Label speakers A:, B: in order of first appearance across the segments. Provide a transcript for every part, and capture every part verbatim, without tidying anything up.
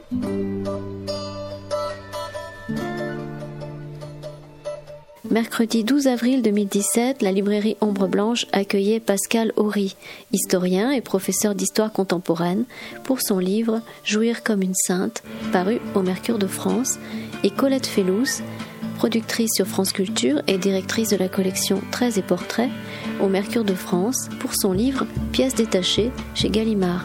A: Mercredi douze avril deux mille dix-sept, la librairie Ombre Blanche accueillait Pascal Horry, historien et professeur d'histoire contemporaine, pour son livre « Jouir comme une sainte », paru au Mercure de France, et Colette Fellouz, productrice sur France Culture et directrice de la collection Traits et Portraits, au Mercure de France, pour son livre « Pièces détachées » chez Gallimard.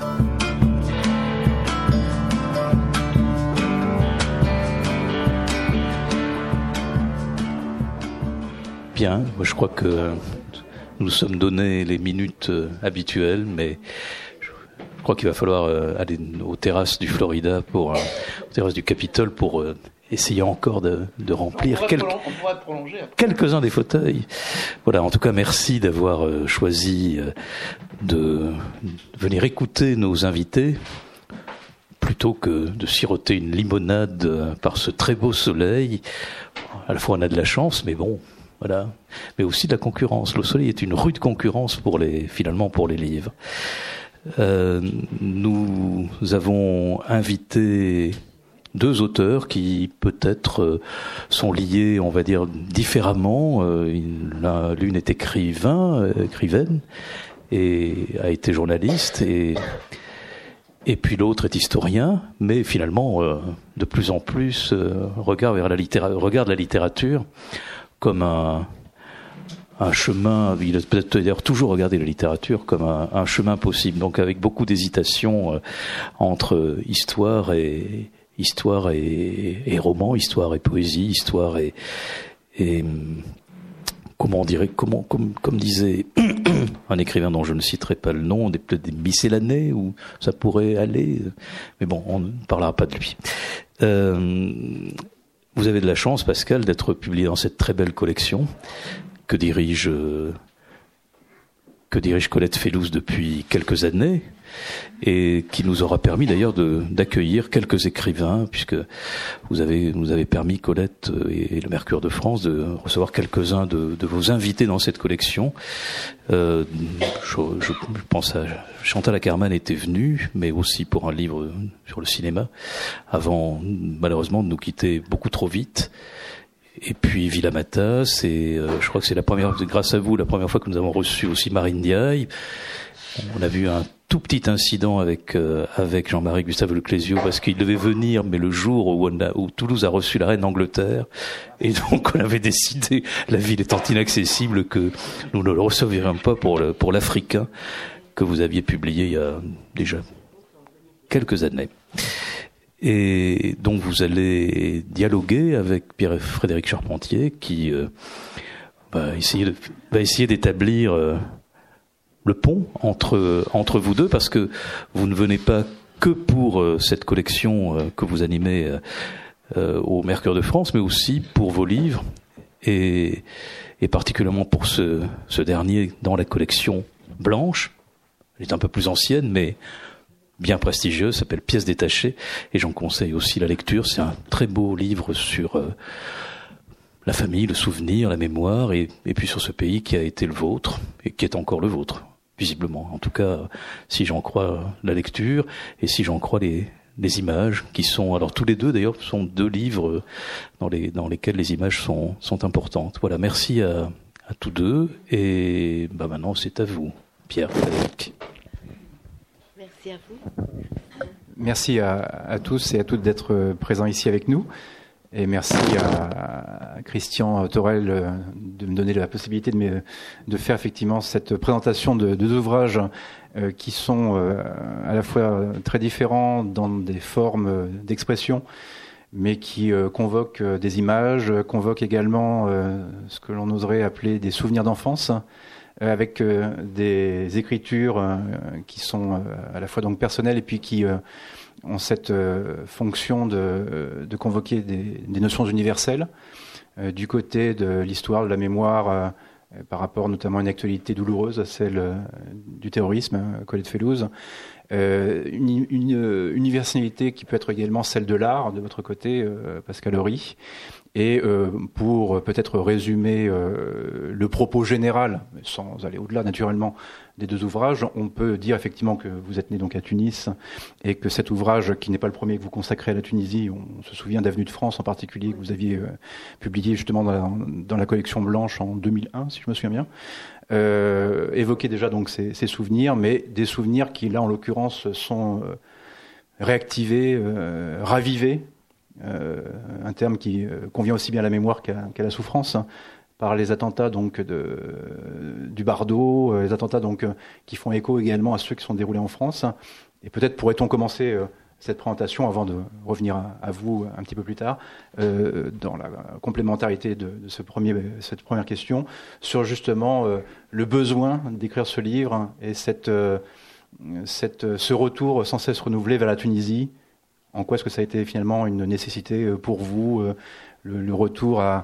B: Bien, moi je crois que nous nous sommes donné les minutes habituelles, mais je crois qu'il va falloir aller aux terrasses du Florida, pour, aux terrasses du Capitole, pour essayer encore de, de remplir quelques, quelques-uns des fauteuils. Voilà, en tout cas, merci d'avoir choisi de venir écouter nos invités, plutôt que de siroter une limonade par ce très beau soleil. À la fois on a de la chance, mais bon... Voilà, mais aussi de la concurrence. Le soleil est une rude concurrence pour les, finalement, pour les livres. Euh, nous avons invité deux auteurs qui peut-être euh, sont liés, on va dire, différemment. Euh, l'un, l'une est écrivain, euh, écrivaine, et a été journaliste, et et puis l'autre est historien, mais finalement, euh, de plus en plus, euh, regarde vers la littéra- regarde la littérature comme un, un chemin. Il a peut-être d'ailleurs toujours regardé la littérature comme un, un chemin possible, donc avec beaucoup d'hésitation euh, entre histoire et histoire et, et roman, histoire et poésie, histoire et, et comment on dirait, comment, comme, comme disait un écrivain dont je ne citerai pas le nom, des, des miscellanées, où ça pourrait aller, mais bon, on ne parlera pas de lui. Euh, Vous avez de la chance, Pascal, d'être publié dans cette très belle collection que dirige, euh, que dirige Colette Fellouz depuis quelques années, et qui nous aura permis d'ailleurs de, d'accueillir quelques écrivains, puisque vous avez, nous avez permis, Colette et le Mercure de France, de recevoir quelques-uns de, de vos invités dans cette collection. Euh, je, je, je pense à Chantal Akerman était venue, mais aussi pour un livre sur le cinéma, avant malheureusement de nous quitter beaucoup trop vite. Et puis Villa Matas, et euh, je crois que c'est la première, grâce à vous, la première fois que nous avons reçu aussi Marine Ndiaye. On a vu un tout petit incident avec euh, avec Jean-Marie Gustave Leclésio, parce qu'il devait venir, mais le jour où, on a, où Toulouse a reçu la reine d'Angleterre, et donc on avait décidé, la ville étant inaccessible, que nous ne le recevrions pas pour le, pour l'Africain que vous aviez publié il y a déjà quelques années. Et donc vous allez dialoguer avec Pierre-Frédéric Charpentier, qui euh, va essayer de, va essayer d'établir euh, le pont entre entre vous deux, parce que vous ne venez pas que pour euh, cette collection euh, que vous animez euh, euh, au Mercure de France, mais aussi pour vos livres, et et particulièrement pour ce ce dernier dans la collection blanche. Elle est un peu plus ancienne, mais bien prestigieux, s'appelle Pièces détachées, et j'en conseille aussi la lecture. C'est un très beau livre sur euh, la famille, le souvenir, la mémoire, et, et puis sur ce pays qui a été le vôtre, et qui est encore le vôtre, visiblement. En tout cas, si j'en crois la lecture, et si j'en crois les, les images, qui sont, alors tous les deux d'ailleurs, sont deux livres dans, les, dans lesquels les images sont, sont importantes. Voilà, merci à, à tous deux, et bah maintenant c'est à vous, Pierre-Frédéric.
A: Merci à vous.
C: Merci à, à tous et à toutes d'être présents ici avec nous. Et merci à, à Christian Torel de me donner la possibilité de, me, de faire effectivement cette présentation de, de deux ouvrages euh, qui sont euh, à la fois très différents dans des formes d'expression, mais qui euh, convoquent des images, convoquent également euh, ce que l'on oserait appeler des souvenirs d'enfance, avec euh, des écritures euh, qui sont euh, à la fois donc personnelles et puis qui euh, ont cette euh, fonction de, de convoquer des, des notions universelles euh, du côté de l'histoire, de la mémoire, euh, par rapport notamment à une actualité douloureuse, celle euh, du terrorisme, euh, Colette Fellouz. Euh, une, une universalité qui peut être également celle de l'art, de votre côté, euh, Pascal Horry. Et euh, pour peut-être résumer euh, le propos général, sans aller au-delà naturellement des deux ouvrages, on peut dire effectivement que vous êtes né donc à Tunis et que cet ouvrage, qui n'est pas le premier que vous consacrez à la Tunisie, on se souvient d'Avenue de France en particulier, que vous aviez euh, publié justement dans la, dans la collection Blanche en deux mille un, si je me souviens bien, euh, évoquait déjà donc ces, ces souvenirs, mais des souvenirs qui là en l'occurrence sont euh, réactivés, euh, ravivés. Euh, un terme qui euh, convient aussi bien à la mémoire qu'à, qu'à la souffrance, hein, par les attentats donc de, euh, du Bardo, euh, les attentats donc euh, qui font écho également à ceux qui sont déroulés en France. Et peut-être pourrait-on commencer euh, cette présentation avant de revenir à, à vous un petit peu plus tard, euh, dans la complémentarité de, de ce premier, cette première question, sur justement euh, le besoin d'écrire ce livre, hein, et cette, euh, cette, ce retour sans cesse renouvelé vers la Tunisie. En quoi est-ce que ça a été finalement une nécessité pour vous, le, le retour à,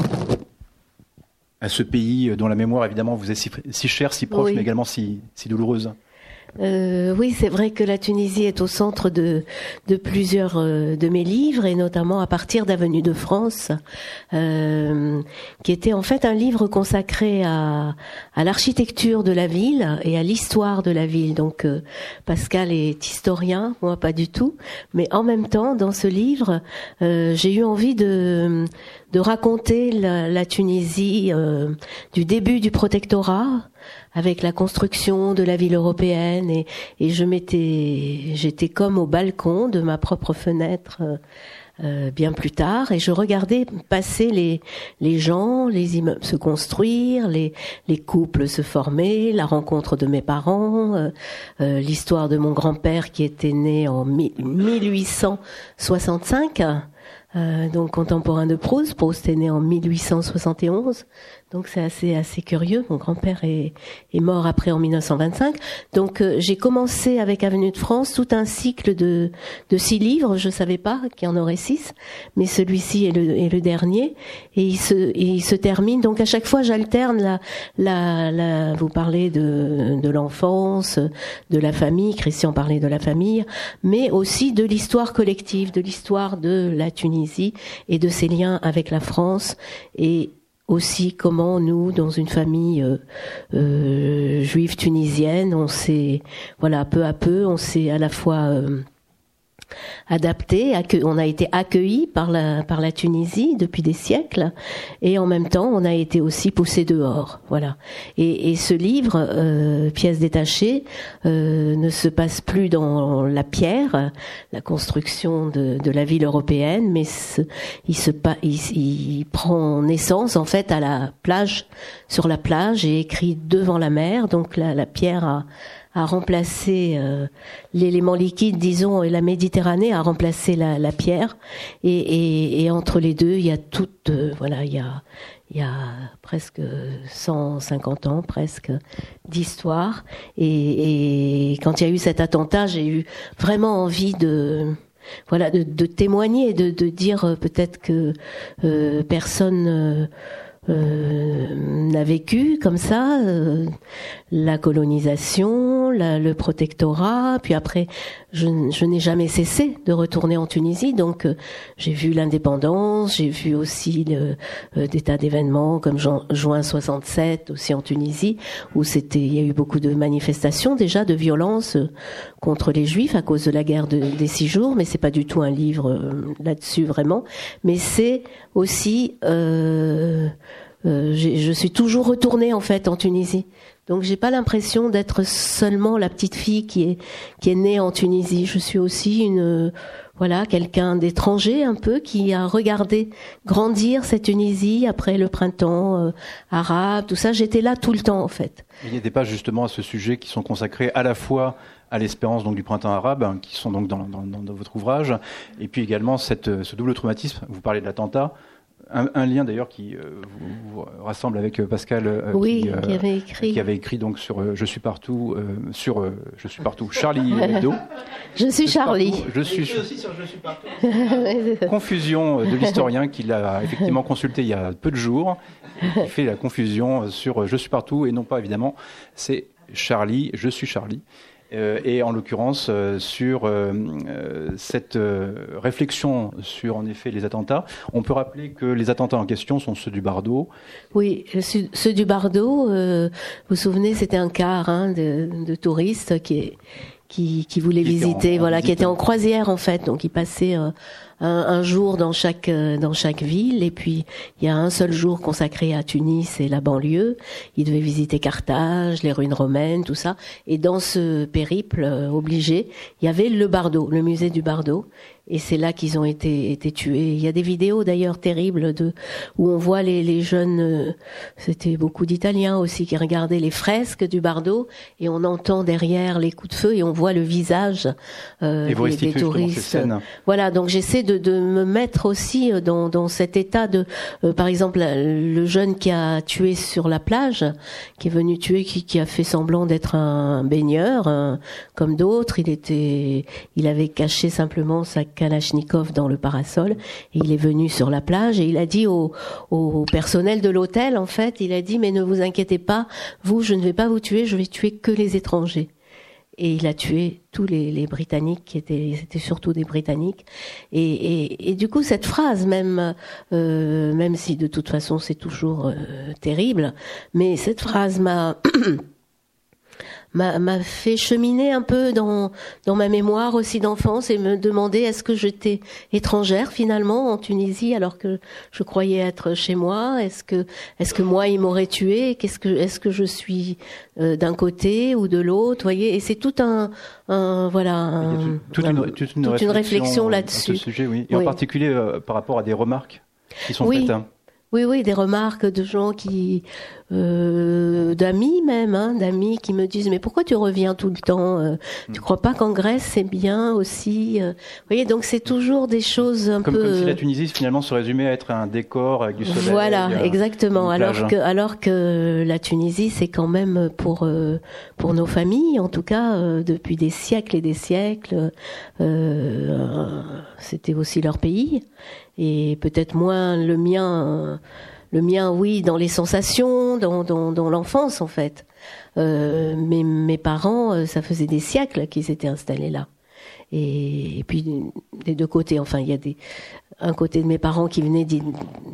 C: à ce pays dont la mémoire évidemment vous est si, si chère, si proche, oui, mais également si, si douloureuse?
D: Euh, oui, c'est vrai que la Tunisie est au centre de, de plusieurs euh, de mes livres, et notamment à partir d'Avenue de France, euh, qui était en fait un livre consacré à, à l'architecture de la ville et à l'histoire de la ville. Donc euh, Pascal est historien, moi pas du tout, mais en même temps, dans ce livre, euh, j'ai eu envie de, de raconter la, la Tunisie euh, du début du protectorat, avec la construction de la ville européenne, et, et je m'étais, j'étais comme au balcon de ma propre fenêtre euh, euh, bien plus tard, et je regardais passer les les gens, les immeubles se construire, les les couples se former, la rencontre de mes parents, euh, euh, l'histoire de mon grand-père qui était né en mille huit cent soixante-cinq. Euh, donc contemporain de Proust. Proust est né en mille huit cent soixante et onze, donc c'est assez assez curieux. Mon grand-père est, est mort après en mille neuf cent vingt-cinq. Donc euh, j'ai commencé avec Avenue de France tout un cycle de de six livres. Je savais pas qu'il y en aurait six, mais celui-ci est le est le dernier, et il se et il se termine. Donc à chaque fois j'alterne la la la. Vous parlez de de l'enfance, de la famille. Christian parlait de la famille, mais aussi de l'histoire collective, de l'histoire de la Tunisie et de ses liens avec la France, et aussi comment nous, dans une famille euh, euh, juive tunisienne, on s'est, voilà, peu à peu, on s'est à la fois euh, adapté, on a été accueillis par la par la Tunisie depuis des siècles, et en même temps on a été aussi poussé dehors, voilà. Et, et ce livre, euh, Pièces détachées, euh, ne se passe plus dans la pierre, la construction de, de la ville européenne, mais ce, il se il, il prend naissance en fait à la plage, sur la plage, et écrit devant la mer. Donc la, la pierre a a remplacé euh, l'élément liquide, disons, et la Méditerranée a remplacé la, la pierre, et, et, et entre les deux, il y a toute, euh, voilà, il y a, il y a presque cent cinquante ans, presque, d'histoire. Et, et quand il y a eu cet attentat, j'ai eu vraiment envie de, voilà, de, de témoigner, de, de dire euh, peut-être que euh, personne euh, Euh, n'a vécu comme ça euh, la colonisation, la, le protectorat, puis après je, je n'ai jamais cessé de retourner en Tunisie, donc euh, j'ai vu l'indépendance, j'ai vu aussi le, euh, des tas d'événements comme juin, juin soixante-sept aussi en Tunisie, où c'était, il y a eu beaucoup de manifestations déjà, de violences euh, contre les Juifs à cause de la guerre de, des six jours, mais c'est pas du tout un livre euh, là-dessus vraiment, mais c'est aussi euh, Euh, je suis toujours retournée en fait en Tunisie, donc j'ai pas l'impression d'être seulement la petite fille qui est qui est née en Tunisie. Je suis aussi une voilà quelqu'un d'étranger un peu qui a regardé grandir cette Tunisie après le printemps euh, arabe, tout ça. J'étais là tout le temps en fait.
C: Il y a des pages justement à ce sujet qui sont consacrées à la fois à l'espérance donc du printemps arabe, hein, qui sont donc dans, dans, dans votre ouvrage, et puis également cette, ce double traumatisme. Vous parlez de l'attentat. Un, un lien d'ailleurs qui euh, vous, vous rassemble avec Pascal, euh,
D: oui,
C: qui, euh,
D: qui avait écrit,
C: qui avait écrit donc sur euh, Je suis partout, euh, sur euh, Je suis partout, Charlie Hebdo.
D: Je suis
C: je
D: Charlie.
C: Suis partout, je suis
E: aussi sur Je suis partout.
C: Confusion de l'historien qui l'a effectivement consulté il y a peu de jours, qui fait la confusion sur Je suis partout, et non pas évidemment, c'est Charlie, Je suis Charlie. euh, et en l'occurrence euh, sur euh, euh, cette euh, réflexion sur en effet les attentats. On peut rappeler que les attentats en question sont ceux du Bardo.
D: Oui, ceux du Bardo, euh, vous vous souvenez, c'était un car hein, de, de touristes qui, qui, qui voulaient qui visiter, en, en voilà, visite. Qui était en croisière en fait, donc ils passaient euh, un, un jour dans chaque dans chaque ville, et puis il y a un seul jour consacré à Tunis et la banlieue. Ils devaient visiter Carthage, les ruines romaines, tout ça. Et dans ce périple euh, obligé, il y avait le Bardo, le musée du Bardo. Et c'est là qu'ils ont été, été tués. Il y a des vidéos d'ailleurs terribles de où on voit les, les jeunes. Euh, c'était beaucoup d'Italiens aussi qui regardaient les fresques du Bardo, et on entend derrière les coups de feu et on voit le visage euh,
C: et vous
D: des, des touristes.
C: Ces scènes.
D: Voilà, donc j'essaie de, de me mettre aussi dans, dans cet état de, euh, par exemple, le jeune qui a tué sur la plage, qui est venu tuer, qui, qui a fait semblant d'être un baigneur, un, comme d'autres. Il était, il avait caché simplement sa Kalachnikov dans le parasol, et il est venu sur la plage et il a dit au, au personnel de l'hôtel, en fait, il a dit mais ne vous inquiétez pas, vous, je ne vais pas vous tuer, je vais tuer que les étrangers. Et il a tué tous les, les Britanniques, qui étaient, c'était surtout des Britanniques. Et, et, et du coup, cette phrase, même, euh, même si de toute façon c'est toujours euh, terrible, mais cette phrase m'a m'a, m'a fait cheminer un peu dans dans ma mémoire aussi d'enfance, et me demander est-ce que j'étais étrangère finalement en Tunisie alors que je croyais être chez moi. Est-ce que est-ce que moi ils m'auraient tué? Qu'est-ce que est-ce que je suis euh, d'un côté ou de l'autre, voyez? Et c'est tout un, un voilà un,
C: Il y a toute, une, toute, une, toute
D: réflexion
C: une réflexion
D: là-dessus.
C: Ce sujet, oui. Et
D: oui.
C: En particulier euh, par rapport à des remarques qui sont
D: oui.
C: faites. Hein.
D: Oui, oui, des remarques de gens qui, euh, d'amis même, hein, d'amis qui me disent mais pourquoi tu reviens tout le temps euh,
C: mm.
D: Tu crois pas qu'en Grèce c'est bien aussi euh, Vous voyez, donc c'est toujours des choses un
C: comme,
D: peu.
C: Comme si la Tunisie finalement se résumait à être un décor avec du soleil.
D: Voilà, euh, exactement. Alors que, alors que la Tunisie c'est quand même pour euh, pour nos familles, en tout cas euh, depuis des siècles et des siècles, euh, c'était aussi leur pays. Et peut-être moins le mien, le mien, oui, dans les sensations, dans, dans, dans l'enfance en fait. Euh, mais mes parents, ça faisait des siècles qu'ils s'étaient installés là. Et, et puis des deux côtés, enfin, il y a des, un côté de mes parents qui venait de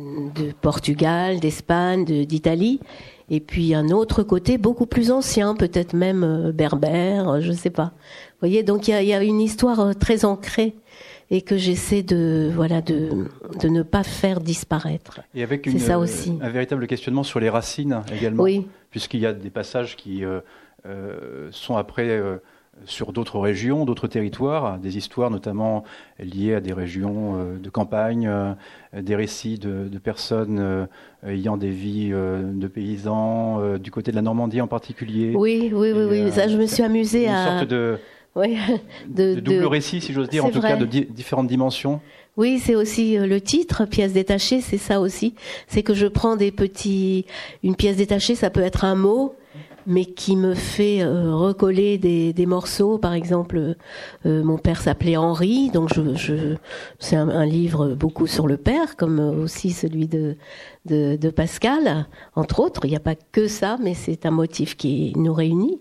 D: Portugal, d'Espagne, de, d'Italie, et puis un autre côté beaucoup plus ancien, peut-être même berbère, je sais pas. Vous voyez, donc il y a, il y a une histoire très ancrée, et que j'essaie de voilà de de ne pas faire disparaître.
C: Et avec une,
D: c'est ça aussi.
C: Un véritable questionnement sur les racines également,
D: oui.
C: puisqu'il y a des passages qui euh, euh, sont après euh, sur d'autres régions, d'autres territoires, des histoires notamment liées à des régions euh, de campagne, euh, des récits de, de personnes euh, ayant des vies euh, de paysans, euh, du côté de la Normandie en particulier.
D: Oui, oui, oui, oui. Euh, ça, je me suis amusée
C: une
D: à.
C: Une sorte de
D: Oui,
C: de, de double de... récit, si j'ose dire, en tout vrai. Cas, de di- différentes dimensions.
D: Oui, c'est aussi euh, le titre, pièce détachée, c'est ça aussi. C'est que je prends des petits... Une pièce détachée, ça peut être un mot, mais qui me fait euh, recoller des, des morceaux. Par exemple, euh, mon père s'appelait Henri, donc je, je, c'est un, un livre beaucoup sur le père, comme aussi celui de, de, de Pascal, entre autres. Il n'y a pas que ça, mais c'est un motif qui nous réunit.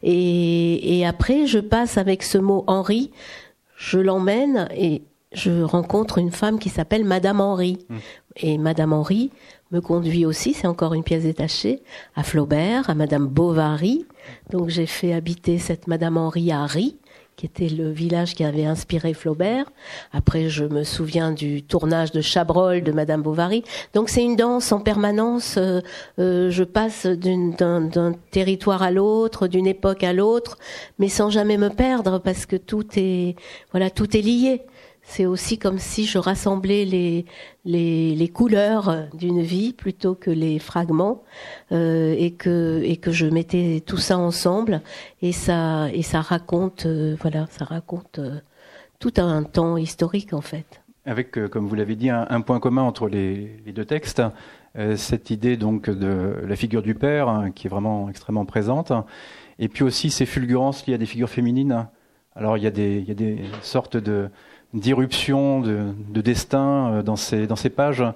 D: Et, et après, je passe avec ce mot Henri, je l'emmène et je rencontre une femme qui s'appelle Madame Henri. Mmh. Et Madame Henri me conduit aussi, c'est encore une pièce détachée, à Flaubert, à Madame Bovary. Donc j'ai fait habiter cette Madame Henri à Ry, qui était le village qui avait inspiré Flaubert. Après, je me souviens du tournage de Chabrol de Madame Bovary. Donc c'est une danse en permanence. Euh, euh, je passe d'une, d'un, d'un territoire à l'autre, d'une époque à l'autre, mais sans jamais me perdre, parce que tout est, voilà, tout est lié. C'est aussi comme si je rassemblais les les, les couleurs d'une vie plutôt que les fragments, euh, et que et que je mettais tout ça ensemble, et ça et ça raconte euh, voilà ça raconte euh, tout un temps historique en fait.
C: Avec, euh, comme vous l'avez dit, un, un point commun entre les, les deux textes, euh, cette idée donc de la figure du père, hein, qui est vraiment extrêmement présente, et puis aussi ces fulgurances liées à des figures féminines. Alors il y a des il y a des sortes de d'irruption, de, de destin dans ces, dans ces pages,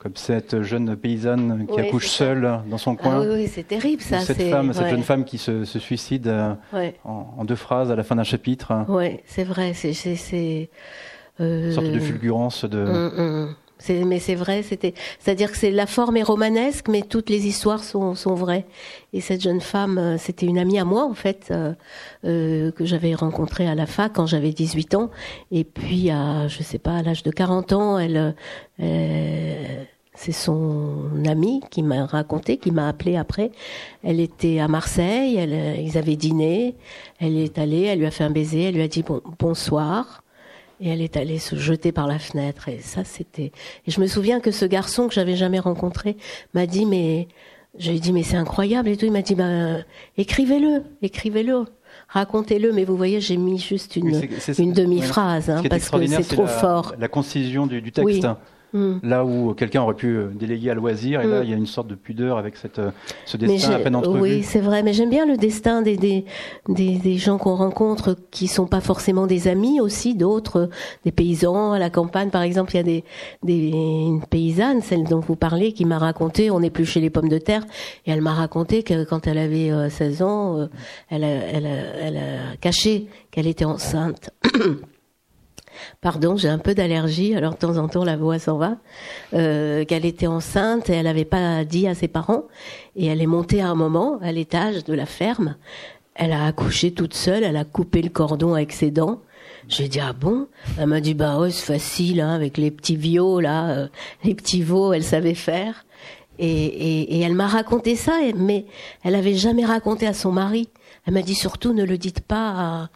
C: comme cette jeune paysanne qui
D: oui,
C: accouche seule dans son coin.
D: Ah oui, oui, c'est terrible ça.
C: Cette
D: c'est...
C: femme, cette
D: ouais.
C: jeune femme qui se, se suicide
D: ouais.
C: en, en deux phrases à la fin d'un chapitre.
D: Oui, c'est vrai. C'est, c'est, c'est euh...
C: une sorte de fulgurance de.
D: Hum, hum. C'est, mais c'est vrai, c'était, c'est-à-dire que c'est la forme est romanesque, mais toutes les histoires sont, sont vraies. Et cette jeune femme, c'était une amie à moi en fait, euh, euh, que j'avais rencontrée à la fac quand j'avais dix-huit ans. Et puis à, je sais pas, à l'âge de quarante ans, elle, elle c'est son amie qui m'a raconté, qui m'a appelé après. Elle était à Marseille, elle, ils avaient dîné. Elle est allée, elle lui a fait un baiser, elle lui a dit bon, bonsoir. Et elle est allée se jeter par la fenêtre. Et ça, c'était... Et je me souviens que ce garçon que j'avais jamais rencontré m'a dit, mais... Je lui ai dit, mais c'est incroyable et tout. Il m'a dit, ben, écrivez-le, écrivez-le, racontez-le. Mais vous voyez, j'ai mis juste une, oui, c'est, c'est, une demi-phrase, hein, parce que c'est, c'est trop
C: la,
D: fort.
C: La concision du, du texte.
D: Oui.
C: Mmh. Là où quelqu'un aurait pu déléguer à loisir, et mmh. là il y a une sorte de pudeur avec cette, ce destin à peine entrevu.
D: Oui, c'est vrai, mais j'aime bien le destin des, des, des, des gens qu'on rencontre qui sont pas forcément des amis aussi, d'autres, des paysans à la campagne par exemple. Il y a des, des une paysanne, celle dont vous parlez, qui m'a raconté, on épluchait les pommes de terre, et elle m'a raconté que quand elle avait euh, seize ans, euh, elle, a, elle, a, elle a caché qu'elle était enceinte. Pardon, j'ai un peu d'allergie, alors de temps en temps la voix s'en va, euh, qu'elle était enceinte et elle n'avait pas dit à ses parents, et elle est montée à un moment à l'étage de la ferme, elle a accouché toute seule, elle a coupé le cordon avec ses dents. J'ai dit ah bon? Elle m'a dit bah ouais c'est facile hein, avec les petits veaux là, euh, les petits veaux, elle savait faire. Et, et, et elle m'a raconté ça, mais elle avait jamais raconté à son mari. Elle m'a dit surtout ne le dites pas à...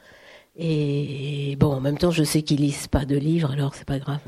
D: Et bon, en même temps, je sais qu'ils lisent pas de livres, alors c'est pas grave.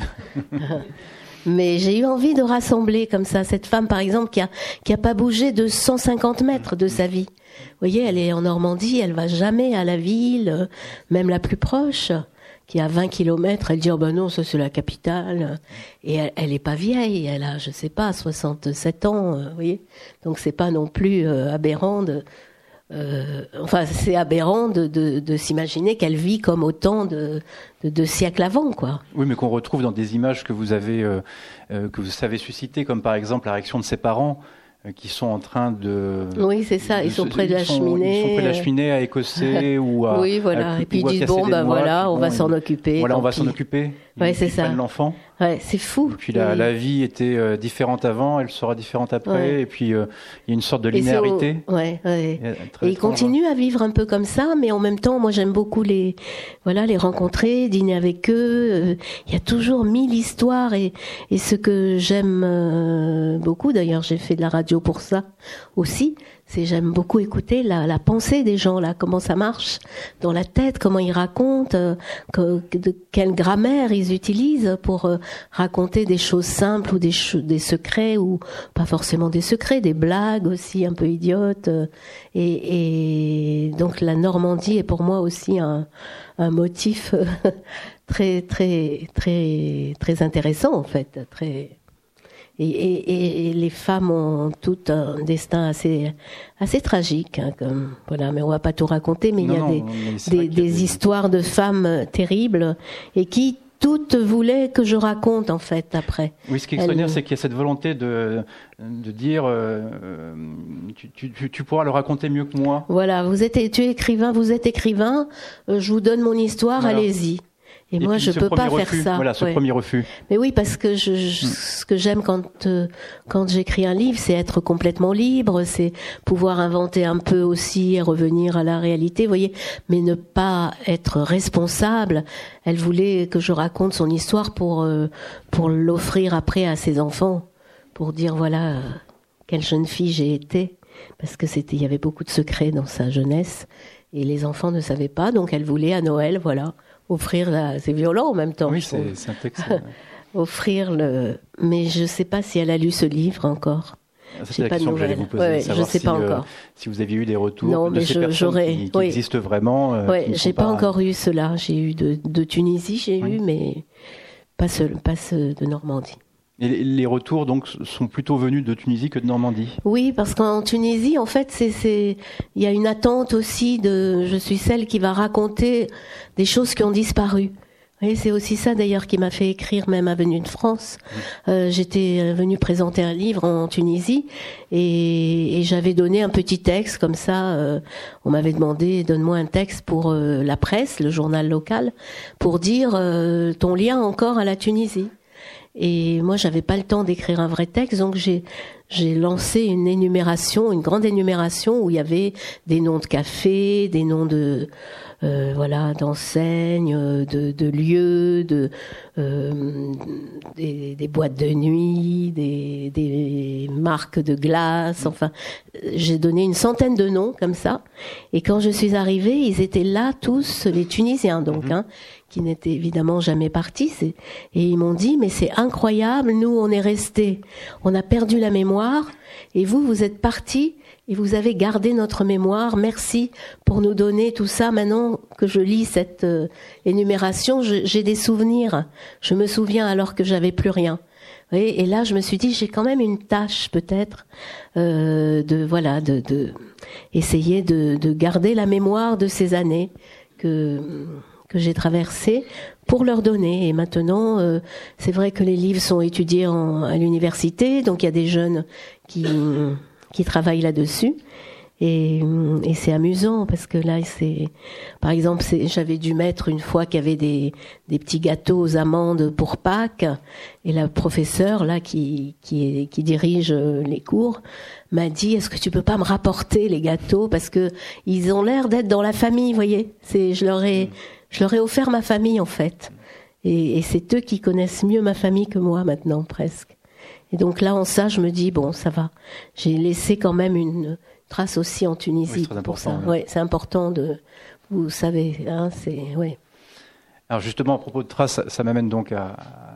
D: Mais j'ai eu envie de rassembler comme ça cette femme, par exemple, qui a qui a pas bougé de cent cinquante mètres de sa vie. Vous voyez, elle est en Normandie, elle va jamais à la ville, même la plus proche, qui a vingt kilomètres. Elle dit oh ben non, ça c'est la capitale. Et elle, elle est pas vieille, elle a, je sais pas, soixante-sept ans. Vous voyez, donc c'est pas non plus euh, aberrant de. Euh, enfin, c'est aberrant de, de, de s'imaginer qu'elle vit comme autant de, de, de siècles avant, quoi.
C: Oui, mais qu'on retrouve dans des images que vous avez, euh, euh, que vous savez susciter, comme par exemple la réaction de ses parents, euh, qui sont en train de.
D: Oui, c'est ça.
C: De,
D: ils sont près de la
C: sont,
D: cheminée.
C: Ils sont près de la cheminée à écosser ou à.
D: Oui, voilà.
C: À,
D: et puis ils disent bon, ben voilà, on va s'en occuper.
C: Voilà, on va s'en occuper.
D: Ouais, c'est ça.
C: L'enfant.
D: Ouais, c'est fou.
C: Et puis la,
D: oui.
C: la vie était euh, différente avant, elle sera différente après,
D: ouais.
C: et puis euh, il y a une sorte de linéarité.
D: Au... Ouais, ouais. Et, et il continue à vivre un peu comme ça, mais en même temps, moi j'aime beaucoup les, voilà, les rencontrer, dîner avec eux. Il y a toujours mille histoires et, et ce que j'aime euh, beaucoup, d'ailleurs j'ai fait de la radio pour ça aussi, c'est j'aime beaucoup écouter la, la pensée des gens là, comment ça marche dans la tête, comment ils racontent, euh, que, de quelle grammaire ils utilisent pour euh, raconter des choses simples ou des, cho- des secrets ou pas forcément des secrets, des blagues aussi un peu idiotes. Euh, et, et donc la Normandie est pour moi aussi un, un motif euh, très très très très intéressant en fait, très. Et, et, et les femmes ont tout un destin assez, assez tragique, hein, comme, voilà, mais on va pas tout raconter, mais non, il y a non, des, des, des, des histoires de femmes terribles et qui toutes voulaient que je raconte, en fait, après.
C: Oui, ce qui est extraordinaire, Elle... c'est qu'il y a cette volonté de, de dire, euh, tu, tu, tu pourras le raconter mieux que moi.
D: Voilà, vous êtes, tu es écrivain, vous êtes écrivain, euh, je vous donne mon histoire, voilà. Allez-y. Et, et moi, je peux pas
C: refus,
D: faire ça.
C: Voilà, ce
D: ouais.
C: premier refus.
D: Mais oui, parce que je, je, ce que j'aime quand euh, quand j'écris un livre, c'est être complètement libre, c'est pouvoir inventer un peu aussi et revenir à la réalité, vous voyez, mais ne pas être responsable. Elle voulait que je raconte son histoire pour euh, pour l'offrir après à ses enfants, pour dire voilà euh, quelle jeune fille j'ai été, parce que c'était il y avait beaucoup de secrets dans sa jeunesse et les enfants ne savaient pas, donc elle voulait à Noël, voilà. Offrir la... c'est violent en même temps.
C: Oui, c'est, c'est un texte.
D: Offrir le. Mais je ne sais pas si elle a lu ce livre encore.
C: Ça, c'est la question que j'allais vous poser.
D: Ouais,
C: je
D: ne sais
C: si,
D: pas
C: euh,
D: encore.
C: Si vous aviez eu des retours
D: non,
C: de
D: mais
C: ces
D: je,
C: personnes
D: j'aurais...
C: qui, qui
D: oui.
C: existent vraiment. Euh,
D: ouais,
C: j'ai
D: pas,
C: pas
D: encore eu cela. J'ai eu de, de Tunisie, j'ai oui. eu, mais pas ceux, pas ceux de Normandie.
C: Et les retours donc sont plutôt venus de Tunisie que de Normandie.
D: Oui, parce qu'en Tunisie, en fait, c'est, c'est, il y a une attente aussi de. Je suis celle qui va raconter des choses qui ont disparu. Oui, c'est aussi ça d'ailleurs qui m'a fait écrire même Avenue de France. Euh, j'étais venue présenter un livre en Tunisie et, et j'avais donné un petit texte comme ça. Euh, on m'avait demandé, donne-moi un texte pour euh, la presse, le journal local, pour dire euh, ton lien encore à la Tunisie. Et moi, j'avais pas le temps d'écrire un vrai texte, donc j'ai j'ai lancé une énumération, une grande énumération où il y avait des noms de cafés, des noms de euh, voilà d'enseignes, de, de lieux, de euh, des, des boîtes de nuit, des, des marques de glace. Enfin, j'ai donné une centaine de noms comme ça. Et quand je suis arrivée, ils étaient là tous, les Tunisiens donc. Mmh. Hein, qui n'étaient évidemment jamais partis, c'est... et ils m'ont dit, mais c'est incroyable, nous on est restés, on a perdu la mémoire, et vous, vous êtes partis, et vous avez gardé notre mémoire, merci pour nous donner tout ça. Maintenant que je lis cette euh, énumération, je, j'ai des souvenirs, je me souviens alors que j'avais plus rien. Oui, et là je me suis dit, j'ai quand même une tâche peut-être, euh, de voilà, de, de essayer de, de garder la mémoire de ces années que... que j'ai traversé pour leur donner. Et maintenant, euh, c'est vrai que les livres sont étudiés en, à l'université, donc il y a des jeunes qui qui travaillent là-dessus. Et, et c'est amusant parce que là, c'est, par exemple, c'est, j'avais dû mettre une fois qu'il y avait des des petits gâteaux aux amandes pour Pâques, et la professeure là qui qui est, qui dirige les cours m'a dit, est-ce que tu peux pas me rapporter les gâteaux parce que ils ont l'air d'être dans la famille, vous voyez. C'est, je leur ai Je leur ai offert ma famille, en fait. Et, et c'est eux qui connaissent mieux ma famille que moi, maintenant, presque. Et donc là, en ça, je me dis, bon, ça va. J'ai laissé quand même une trace aussi en Tunisie.
C: Oui, c'est
D: pour ça.
C: Ouais.
D: Ouais, c'est important de... Vous savez, hein, c'est... Ouais.
C: Alors justement, à propos de traces, ça, ça m'amène donc à,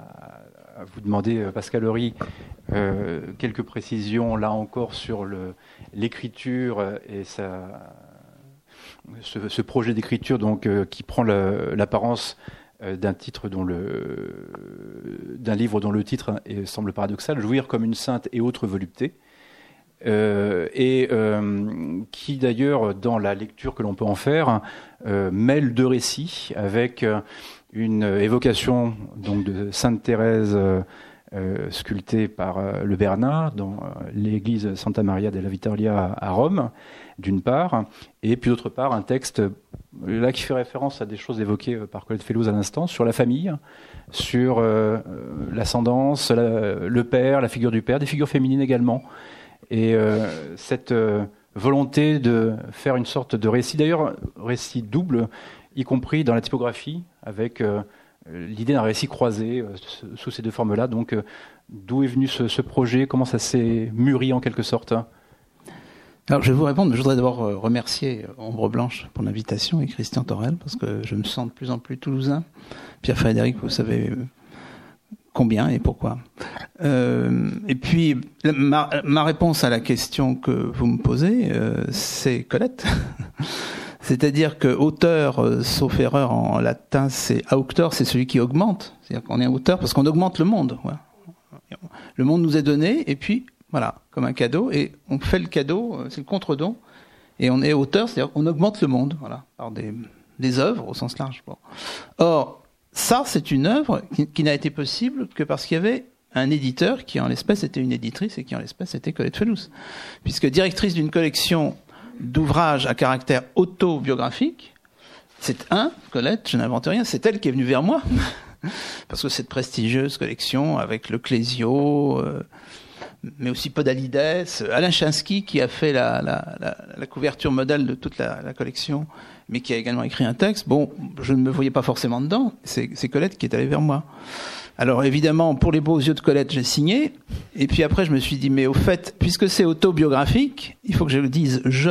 C: à vous demander, Pascal Horry, euh, quelques précisions, là encore, sur le, l'écriture et sa... Ce, ce projet d'écriture donc euh, qui prend le, l'apparence euh, d'un titre dont le d'un livre dont le titre est, semble paradoxal, Jouir comme une sainte et autres voluptés, euh, et euh, qui d'ailleurs dans la lecture que l'on peut en faire euh, mêle deux récits avec euh, une évocation donc de Sainte Thérèse euh, euh, sculptée par euh, le Bernard dans euh, l'église Santa Maria della Vittoria à, à Rome, d'une part, et puis d'autre part un texte là qui fait référence à des choses évoquées par Colette Fellouz à l'instant, sur la famille, sur euh, l'ascendance, la, le père, la figure du père, des figures féminines également, et euh, cette euh, volonté de faire une sorte de récit, d'ailleurs récit double, y compris dans la typographie, avec euh, l'idée d'un récit croisé euh, sous ces deux formes-là. Donc euh, d'où est venu ce, ce projet, comment ça s'est mûri en quelque sorte?
E: Alors, je vais vous répondre, mais je voudrais d'abord remercier Ombre Blanche pour l'invitation et Christian Torel, parce que je me sens de plus en plus toulousain. Pierre-Frédéric, vous savez combien et pourquoi. Euh, et puis, ma, ma réponse à la question que vous me posez, euh, c'est Colette. C'est-à-dire que auteur, euh, sauf erreur en latin, c'est auctor, c'est celui qui augmente. C'est-à-dire qu'on est auteur parce qu'on augmente le monde. Voilà. Le monde nous est donné, et puis... Voilà, comme un cadeau, et on fait le cadeau, c'est le contre-don, et on est auteur, c'est-à-dire qu'on augmente le monde, voilà, par des, des œuvres au sens large. Bon. Or, ça, c'est une œuvre qui, qui n'a été possible que parce qu'il y avait un éditeur qui, en l'espèce, était une éditrice, et qui, en l'espèce, était Colette Fellouz. Puisque directrice d'une collection d'ouvrages à caractère autobiographique, c'est un, Colette, je n'invente rien, c'est elle qui est venue vers moi, parce que cette prestigieuse collection, avec le Clésio... Euh, mais aussi Podalides, Alain Chinsky qui a fait la, la, la, la couverture modèle de toute la, la collection, mais qui a également écrit un texte. Bon, je ne me voyais pas forcément dedans, c'est, c'est Colette qui est allée vers moi. Alors évidemment, pour les beaux yeux de Colette, j'ai signé, et puis après je me suis dit, mais au fait, puisque c'est autobiographique, il faut que je le dise « je ».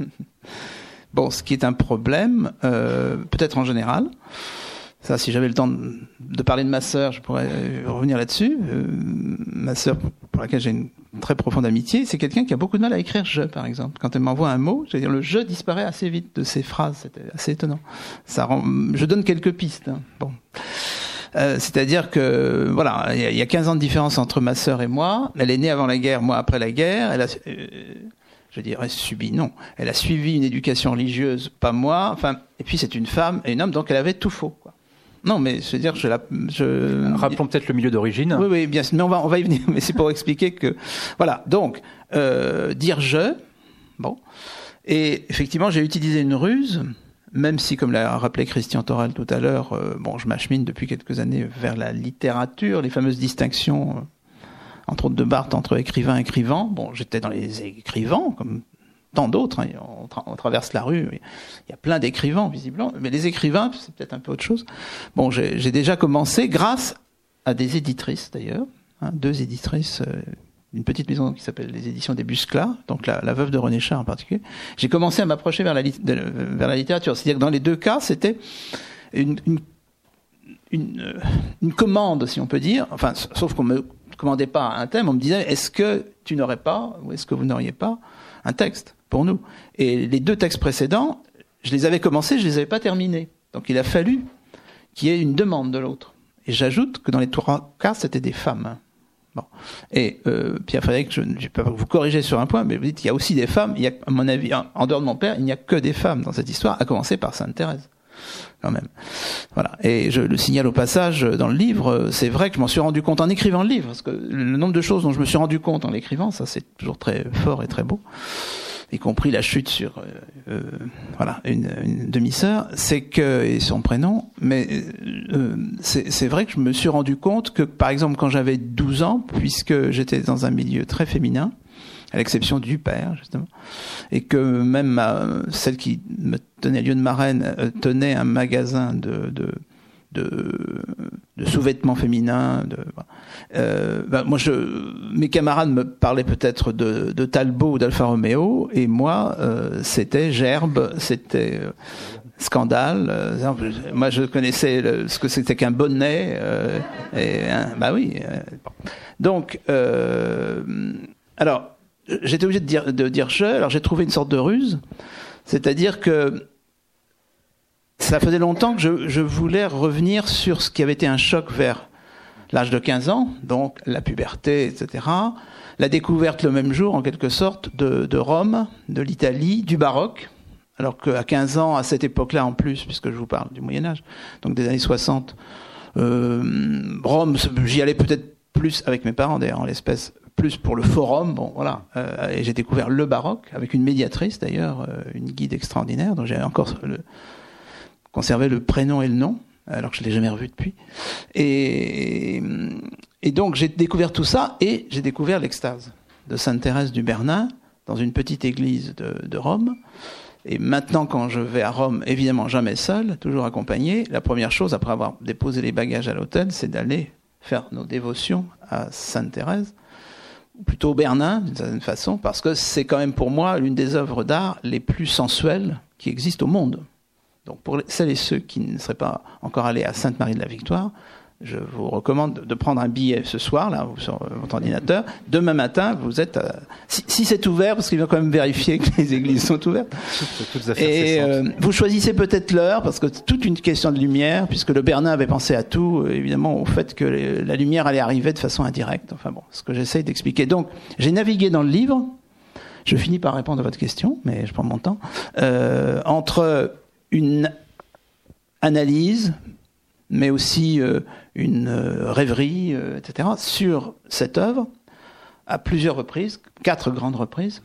E: Bon, ce qui est un problème, euh, peut-être en général. Ça, si j'avais le temps de, de parler de ma sœur, je pourrais revenir là-dessus. Euh, ma sœur, pour laquelle j'ai une très profonde amitié, c'est quelqu'un qui a beaucoup de mal à écrire « je », par exemple. Quand elle m'envoie un mot, je veux dire, le « je » disparaît assez vite de ses phrases. C'était assez étonnant. Ça rend... Je donne quelques pistes. Hein. Bon. Euh, c'est-à-dire que, voilà, il y a quinze ans de différence entre ma sœur et moi. Elle est née avant la guerre, moi après la guerre. Elle a... Euh, je dirais subi, non. Elle a suivi une éducation religieuse, pas moi. Enfin, et puis c'est une femme et un homme, donc elle avait tout faux, quoi. Non, mais je veux dire, je la, je...
C: Rappelons peut-être le milieu d'origine.
E: Oui, oui, bien sûr. Mais on va, on va y venir. Mais c'est pour expliquer que, voilà. Donc, euh, dire je, bon. Et effectivement, j'ai utilisé une ruse, même si, comme l'a rappelé Christian Thorel tout à l'heure, euh, bon, je m'achemine depuis quelques années vers la littérature, les fameuses distinctions, euh, entre autres de Barthes, entre écrivain et écrivant. Bon, j'étais dans les écrivains, comme tant d'autres, hein. on, tra- on traverse la rue, il y a plein d'écrivains, visiblement, mais les écrivains, c'est peut-être un peu autre chose. Bon, j'ai, j'ai déjà commencé, grâce à des éditrices d'ailleurs, hein, deux éditrices, euh, une petite maison qui s'appelle les éditions des Busclats, donc la, la veuve de René Char en particulier. J'ai commencé à m'approcher vers la, lit- de, vers la littérature. C'est-à-dire que dans les deux cas, c'était une, une, une, une commande, si on peut dire, enfin, sauf qu'on me commandait pas un thème, on me disait, est-ce que tu n'aurais pas, ou est-ce que vous n'auriez pas un texte pour nous? Et les deux textes précédents, je les avais commencés, je les avais pas terminés. Donc il a fallu qu'il y ait une demande de l'autre. Et j'ajoute que dans les trois cas, c'était des femmes. Bon. Et euh, Pierre Frédéric, je ne vais pas vous corriger sur un point, mais vous dites qu'il y a aussi des femmes. Il y a, à mon avis, en dehors de mon père, il n'y a que des femmes dans cette histoire, à commencer par Sainte Thérèse. Quand même. Voilà. Et je le signale au passage dans le livre, c'est vrai que je m'en suis rendu compte en écrivant le livre, parce que le nombre de choses dont je me suis rendu compte en l'écrivant, ça c'est toujours très fort et très beau, y compris la chute sur euh, euh, voilà une, une demi-sœur, c'est que, et son prénom, mais euh, c'est, c'est vrai que je me suis rendu compte que, par exemple, quand j'avais douze ans, puisque j'étais dans un milieu très féminin, à l'exception du père, justement, et que même ma, celle qui me tenait lieu de marraine euh, tenait un magasin de, de, de, de sous-vêtements féminins. De, euh, ben moi, je, mes camarades me parlaient peut-être de, de Talbot ou d'Alfa Romeo, et moi, euh, c'était Gerbe, c'était euh, Scandale. Euh, moi, je connaissais le, ce que c'était qu'un bonnet. Euh, et, hein, bah oui. Euh, donc, euh, alors. J'étais obligé de dire, de dire je, alors j'ai trouvé une sorte de ruse, c'est-à-dire que ça faisait longtemps que je, je voulais revenir sur ce qui avait été un choc vers l'âge de quinze ans, donc la puberté, et cetera, la découverte le même jour, en quelque sorte, de, de Rome, de l'Italie, du baroque, alors qu'à quinze ans, à cette époque-là en plus, puisque je vous parle du Moyen-Âge, donc des années soixante, euh, Rome, j'y allais peut-être plus avec mes parents d'ailleurs, en l'espèce, plus pour le forum, bon voilà, euh, et j'ai découvert le baroque avec une médiatrice d'ailleurs, euh, une guide extraordinaire dont j'ai encore le, conservé le prénom et le nom, alors que je l'ai jamais revu depuis. Et, et donc j'ai découvert tout ça et j'ai découvert l'extase de Sainte Thérèse du Bernin dans une petite église de, de Rome. Et maintenant, quand je vais à Rome, évidemment jamais seul, toujours accompagné, la première chose après avoir déposé les bagages à l'hôtel, c'est d'aller faire nos dévotions à Sainte Thérèse, ou plutôt Bernin, d'une certaine façon, parce que c'est quand même pour moi l'une des œuvres d'art les plus sensuelles qui existent au monde. Donc pour celles et ceux qui ne seraient pas encore allés à Sainte-Marie de la Victoire, je vous recommande de prendre un billet ce soir, là, sur votre ordinateur. Demain matin, vous êtes... À... Si, si c'est ouvert, parce qu'il va quand même vérifier que les églises sont ouvertes. Et euh, vous choisissez peut-être l'heure, parce que c'est toute une question de lumière, puisque le Bernin avait pensé à tout, évidemment, au fait que les, la lumière allait arriver de façon indirecte. Enfin bon, ce que j'essaye d'expliquer. Donc, j'ai navigué dans le livre. Je finis par répondre à votre question, mais je prends mon temps. Euh, entre une analyse, mais aussi euh, une euh, rêverie, euh, et cetera, sur cette œuvre, à plusieurs reprises, quatre grandes reprises,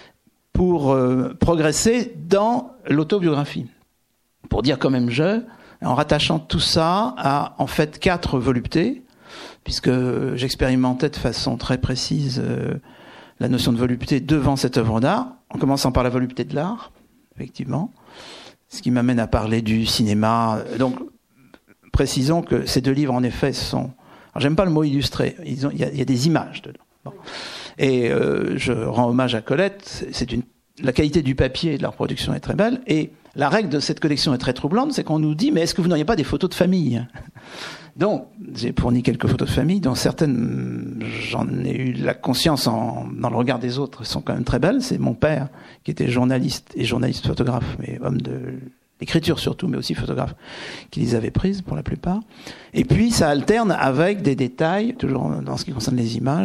E: pour euh, progresser dans l'autobiographie. Pour dire quand même je, en rattachant tout ça à, en fait, quatre voluptés, puisque j'expérimentais de façon très précise euh, la notion de volupté devant cette œuvre d'art, en commençant par la volupté de l'art, effectivement, ce qui m'amène à parler du cinéma. Donc, précisons que ces deux livres, en effet, sont... Alors, j'aime pas le mot illustré. Ils ont, il y a, il y a des images dedans. Bon. Et euh, je rends hommage à Colette. C'est une... La qualité du papier et de la reproduction est très belle. Et la règle de cette collection est très troublante, c'est qu'on nous dit, mais est-ce que vous n'auriez pas des photos de famille ? Donc, j'ai fourni quelques photos de famille, dont certaines, j'en ai eu la conscience en, dans le regard des autres, sont quand même très belles. C'est mon père, qui était journaliste et journaliste photographe, mais homme de l'écriture surtout, mais aussi photographe, qui les avait prises pour la plupart. Et puis, ça alterne avec des détails, toujours dans ce qui concerne les images,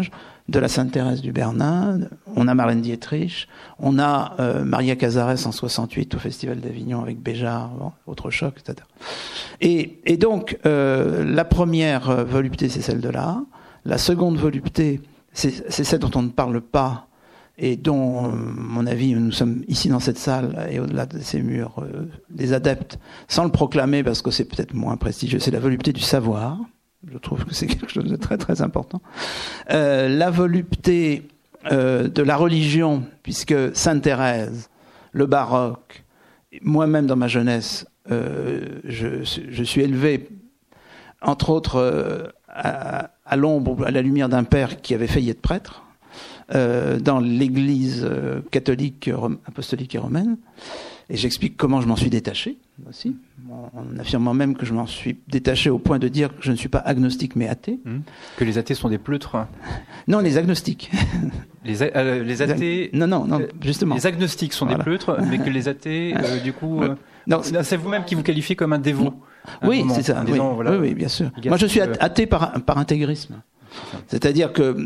E: de la Sainte Thérèse du Bernard, on a Marlène Dietrich, on a euh, Maria Cazares en soixante-huit au Festival d'Avignon avec Béjart, bon, autre choc, et cetera. Et, et donc, euh, la première volupté, c'est celle de là. La seconde volupté, c'est, c'est celle dont on ne parle pas et dont, à mon avis, nous sommes ici dans cette salle et au-delà de ces murs, euh, des adeptes, sans le proclamer parce que c'est peut-être moins prestigieux, c'est la volupté du savoir. Je trouve que c'est quelque chose de très très important. Euh, la volupté euh, de la religion, puisque Sainte Thérèse, le baroque, moi-même dans ma jeunesse, euh, je, je suis élevé, entre autres, euh, à, à l'ombre, à la lumière d'un père qui avait failli être prêtre, euh, dans l'église euh, catholique, rom- apostolique et romaine. Et j'explique comment je m'en suis détaché aussi, en affirmant même que je m'en suis détaché au point de dire que je ne suis pas agnostique mais athée.
C: Mmh. Que les athées sont des pleutres.
E: Non, les agnostiques.
C: Les, a- euh, les athées.
E: Non, non, non, justement.
C: Les agnostiques sont
E: Voilà.
C: des pleutres, mais que les athées, euh, du coup, euh,
E: Non,
C: c'est, c'est vous-même qui vous qualifiez comme un dévot.
E: oui,
C: moment,
E: c'est ça.
C: en
E: Oui.
C: disant, voilà,
E: oui, oui, bien sûr.
C: Gaston,
E: Moi, je suis
C: euh,
E: athée par, par intégrisme. C'est-à-dire que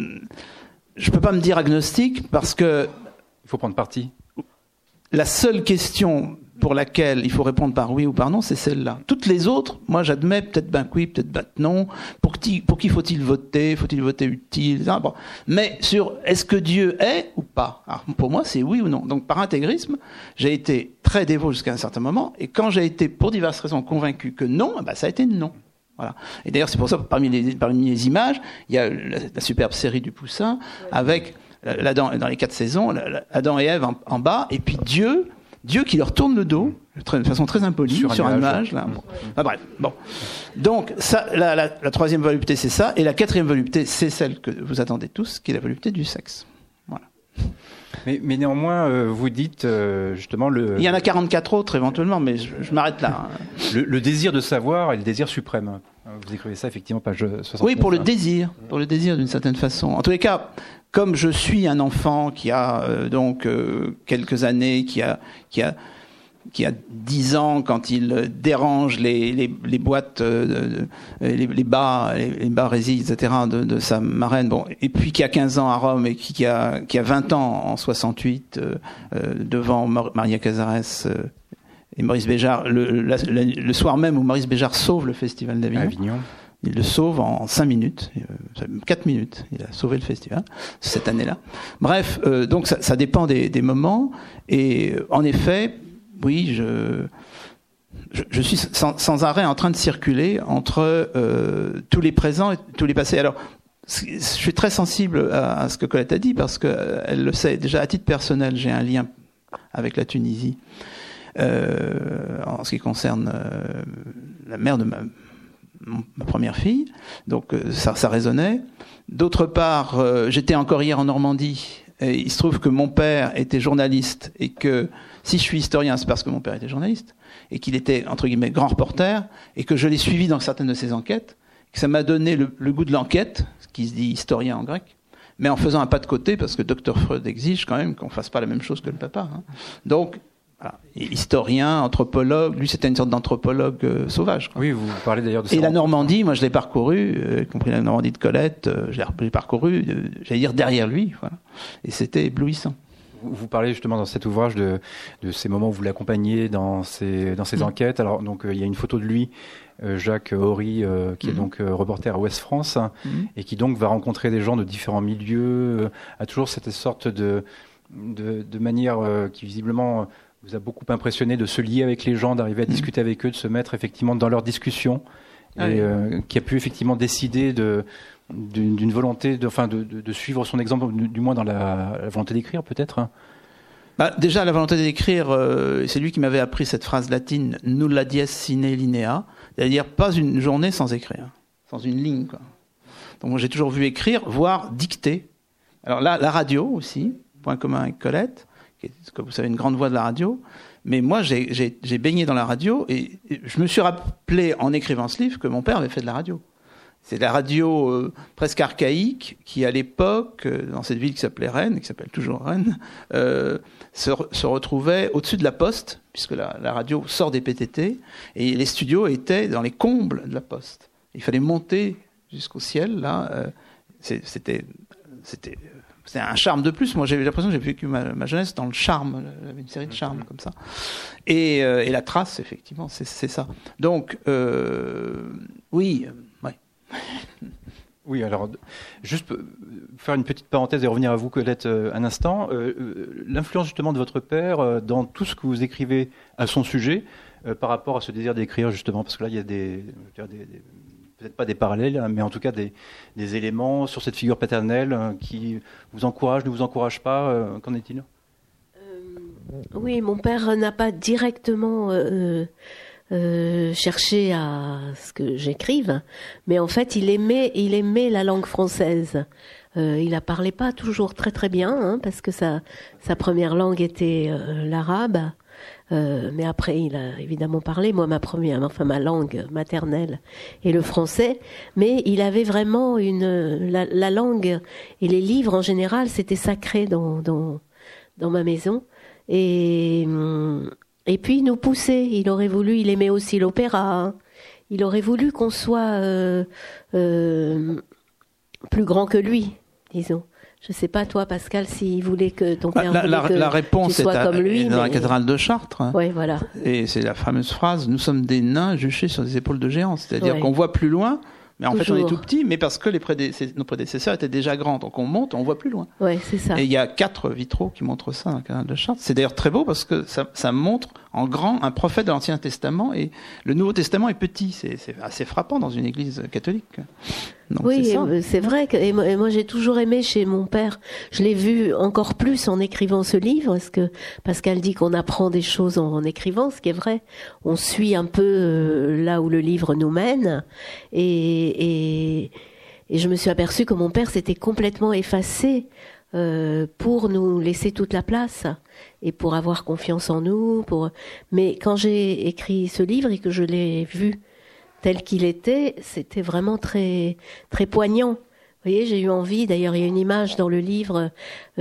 E: je peux pas me dire agnostique parce que
C: Il faut prendre parti.
E: la seule question pour laquelle il faut répondre par oui ou par non, c'est celle-là. Toutes les autres, moi j'admets peut-être ben oui, peut-être ben non. Pour qui, pour qui faut-il voter? Faut-il voter utile, et cetera. Bon. Mais sur est-ce que Dieu est ou pas? Alors, pour moi, c'est oui ou non. Donc par intégrisme, j'ai été très dévot jusqu'à un certain moment. Et quand j'ai été, pour diverses raisons, convaincu que non, ben, ça a été non. Voilà. Et d'ailleurs, c'est pour ça que parmi les, parmi les images, il y a la, la superbe série du Poussin avec l'Adam, dans les quatre saisons, Adam et Ève en, en bas, et puis Dieu, Dieu qui leur tourne le dos, de façon très impolie, sur un, sur un nuage. Là. Bon. Enfin, bref, bon. Donc, ça, la, la, la troisième volupté, c'est ça, et la quatrième volupté, c'est celle que vous attendez tous, qui est la volupté du sexe. Voilà.
C: Mais, mais néanmoins, euh, vous dites euh, justement le.
E: Il y en a quarante-quatre autres éventuellement, mais je, je m'arrête là. Hein.
C: Le, le désir de savoir est le désir suprême. Vous écrivez ça effectivement, page soixante-neuf.
E: Oui, pour le
C: hein.
E: désir, pour le désir d'une certaine façon. En tous les cas, comme je suis un enfant qui a euh, donc euh, quelques années, qui a qui a qui a dix ans quand il dérange les les, les boîtes, euh, les, les bas, les, les bas résilles, et cetera de, de sa marraine. Bon, et puis qui a quinze ans à Rome et qui, qui a qui a vingt ans en soixante-huit euh, euh, devant Mar- Maria Cazares euh, et Maurice Béjart, le, la, la, le soir même où Maurice Béjart sauve le Festival d'Avignon.
C: Avignon.
E: Il le sauve en cinq minutes, euh, quatre minutes. Il a sauvé le festival cette année-là. Bref, euh, donc ça, ça dépend des, des moments. Et euh, en effet, oui, je, je, je suis sans, sans arrêt en train de circuler entre euh, tous les présents et tous les passés. Alors, je suis très sensible à, à ce que Colette a dit parce que euh, elle le sait. Déjà, à titre personnel, j'ai un lien avec la Tunisie euh, en ce qui concerne euh, la mère de ma ma première fille, donc euh, ça, ça résonnait. D'autre part, euh, j'étais encore hier en Normandie, et il se trouve que mon père était journaliste, et que si je suis historien, c'est parce que mon père était journaliste, et qu'il était, entre guillemets, grand reporter, et que je l'ai suivi dans certaines de ses enquêtes, que ça m'a donné le, le goût de l'enquête, ce qui se dit historien en grec, mais en faisant un pas de côté, parce que docteur Freud exige quand même qu'on fasse pas la même chose que le papa. Hein. Donc, voilà. Historien, anthropologue, lui c'était une sorte d'anthropologue euh, sauvage. Quoi.
C: Oui, vous parlez d'ailleurs de ça.
E: Et la Normandie, moi je l'ai parcouru, euh, y compris la Normandie de Colette, euh, je l'ai parcouru, euh, j'allais dire derrière lui, voilà. Et c'était éblouissant.
C: Vous, vous parlez justement dans cet ouvrage de, de ces moments où vous l'accompagnez dans ses, dans ses mmh. enquêtes. Alors donc euh, il y a une photo de lui, euh, Jacques Horry, euh, qui mmh. est donc euh, reporter à Ouest France, mmh. et qui donc va rencontrer des gens de différents milieux, euh, a toujours cette sorte de, de, de manière euh, qui visiblement vous a beaucoup impressionné de se lier avec les gens, d'arriver à mmh. discuter avec eux, de se mettre effectivement dans leurs discussions, ah et oui. euh, qui a pu effectivement décider de, d'une, d'une volonté, de, enfin de, de, de suivre son exemple, du, du moins dans la, la volonté d'écrire peut-être.
E: Bah, déjà la volonté d'écrire, euh, c'est lui qui m'avait appris cette phrase latine « nulla dies sine linea », c'est-à-dire pas une journée sans écrire, sans une ligne, quoi. Donc moi j'ai toujours vu écrire, voire dicter. Alors là, la radio aussi, point commun avec Colette, qui est, comme vous savez, une grande voix de la radio. Mais moi, j'ai, j'ai, j'ai baigné dans la radio et je me suis rappelé, en écrivant ce livre, que mon père avait fait de la radio. C'est de la radio euh, presque archaïque qui, à l'époque, euh, dans cette ville qui s'appelait Rennes, qui s'appelle toujours Rennes, euh, se, se retrouvait au-dessus de la poste, puisque la, la radio sort des P T T, et les studios étaient dans les combles de la poste. Il fallait monter jusqu'au ciel, là. Euh, c'est, c'était c'était, c'était un charme de plus. Moi, j'ai l'impression que j'ai vécu ma, ma jeunesse dans le charme, une série de charmes comme ça. Et, euh, et la trace, effectivement, c'est, c'est ça. Donc, euh, oui, euh, ouais.
C: Oui, alors, juste faire une petite parenthèse et revenir à vous, Colette, un instant. Euh, l'influence justement de votre père euh, dans tout ce que vous écrivez à son sujet, euh, par rapport à ce désir d'écrire, justement, parce que là, il y a des, je veux dire, des, des peut-être pas des parallèles, mais en tout cas des, des éléments sur cette figure paternelle euh, qui vous encouragent, ne vous encouragent pas. Euh, qu'en est-il ?
D: euh, Oui, mon père n'a pas directement... Euh, Euh, chercher à ce que j'écrive, mais en fait il aimait, il aimait la langue française. Euh, il la parlait pas toujours très très bien, hein, parce que sa sa première langue était euh, l'arabe, euh, mais après il a évidemment parlé. Moi, ma première, enfin ma langue maternelle est le français, mais il avait vraiment une la, la langue et les livres en général, c'était sacré dans dans dans ma maison et hum, Et puis il nous poussait, il aurait voulu, il aimait aussi l'opéra, hein. Il aurait voulu qu'on soit euh, euh, plus grand que lui, disons. Je ne sais pas toi, Pascal, s'il voulait que ton père
E: la,
D: voulait
E: la,
D: que
E: la réponse
D: tu sois
E: est, à,
D: comme lui,
E: est dans
D: mais...
E: la cathédrale de Chartres.
D: Oui, voilà.
E: Et c'est la fameuse phrase « Nous sommes des nains juchés sur des épaules de géants ». C'est-à-dire
D: ouais.
E: qu'on voit plus loin, mais en
D: Toujours.
E: fait on est tout petit, mais parce que les prédécesseurs, nos prédécesseurs étaient déjà grands. Donc on monte, on voit plus loin.
D: Oui, c'est ça.
E: Et il y a quatre vitraux qui montrent ça dans la cathédrale de Chartres. C'est d'ailleurs très beau parce que ça, ça montre en grand un prophète de l'Ancien Testament, et le Nouveau Testament est petit. C'est, c'est assez frappant dans une église catholique. Donc,
D: oui,
E: c'est, ça.
D: c'est vrai que et moi, et moi j'ai toujours aimé chez mon père. Je l'ai vu encore plus en écrivant ce livre, parce que Pascal dit qu'on apprend des choses en, en écrivant, ce qui est vrai. On suit un peu euh, là où le livre nous mène, et, et et je me suis aperçue que mon père s'était complètement effacé euh, pour nous laisser toute la place et pour avoir confiance en nous. Pour mais quand j'ai écrit ce livre et que je l'ai vu tel qu'il était, c'était vraiment très très poignant. Vous voyez, j'ai eu envie, d'ailleurs il y a une image dans le livre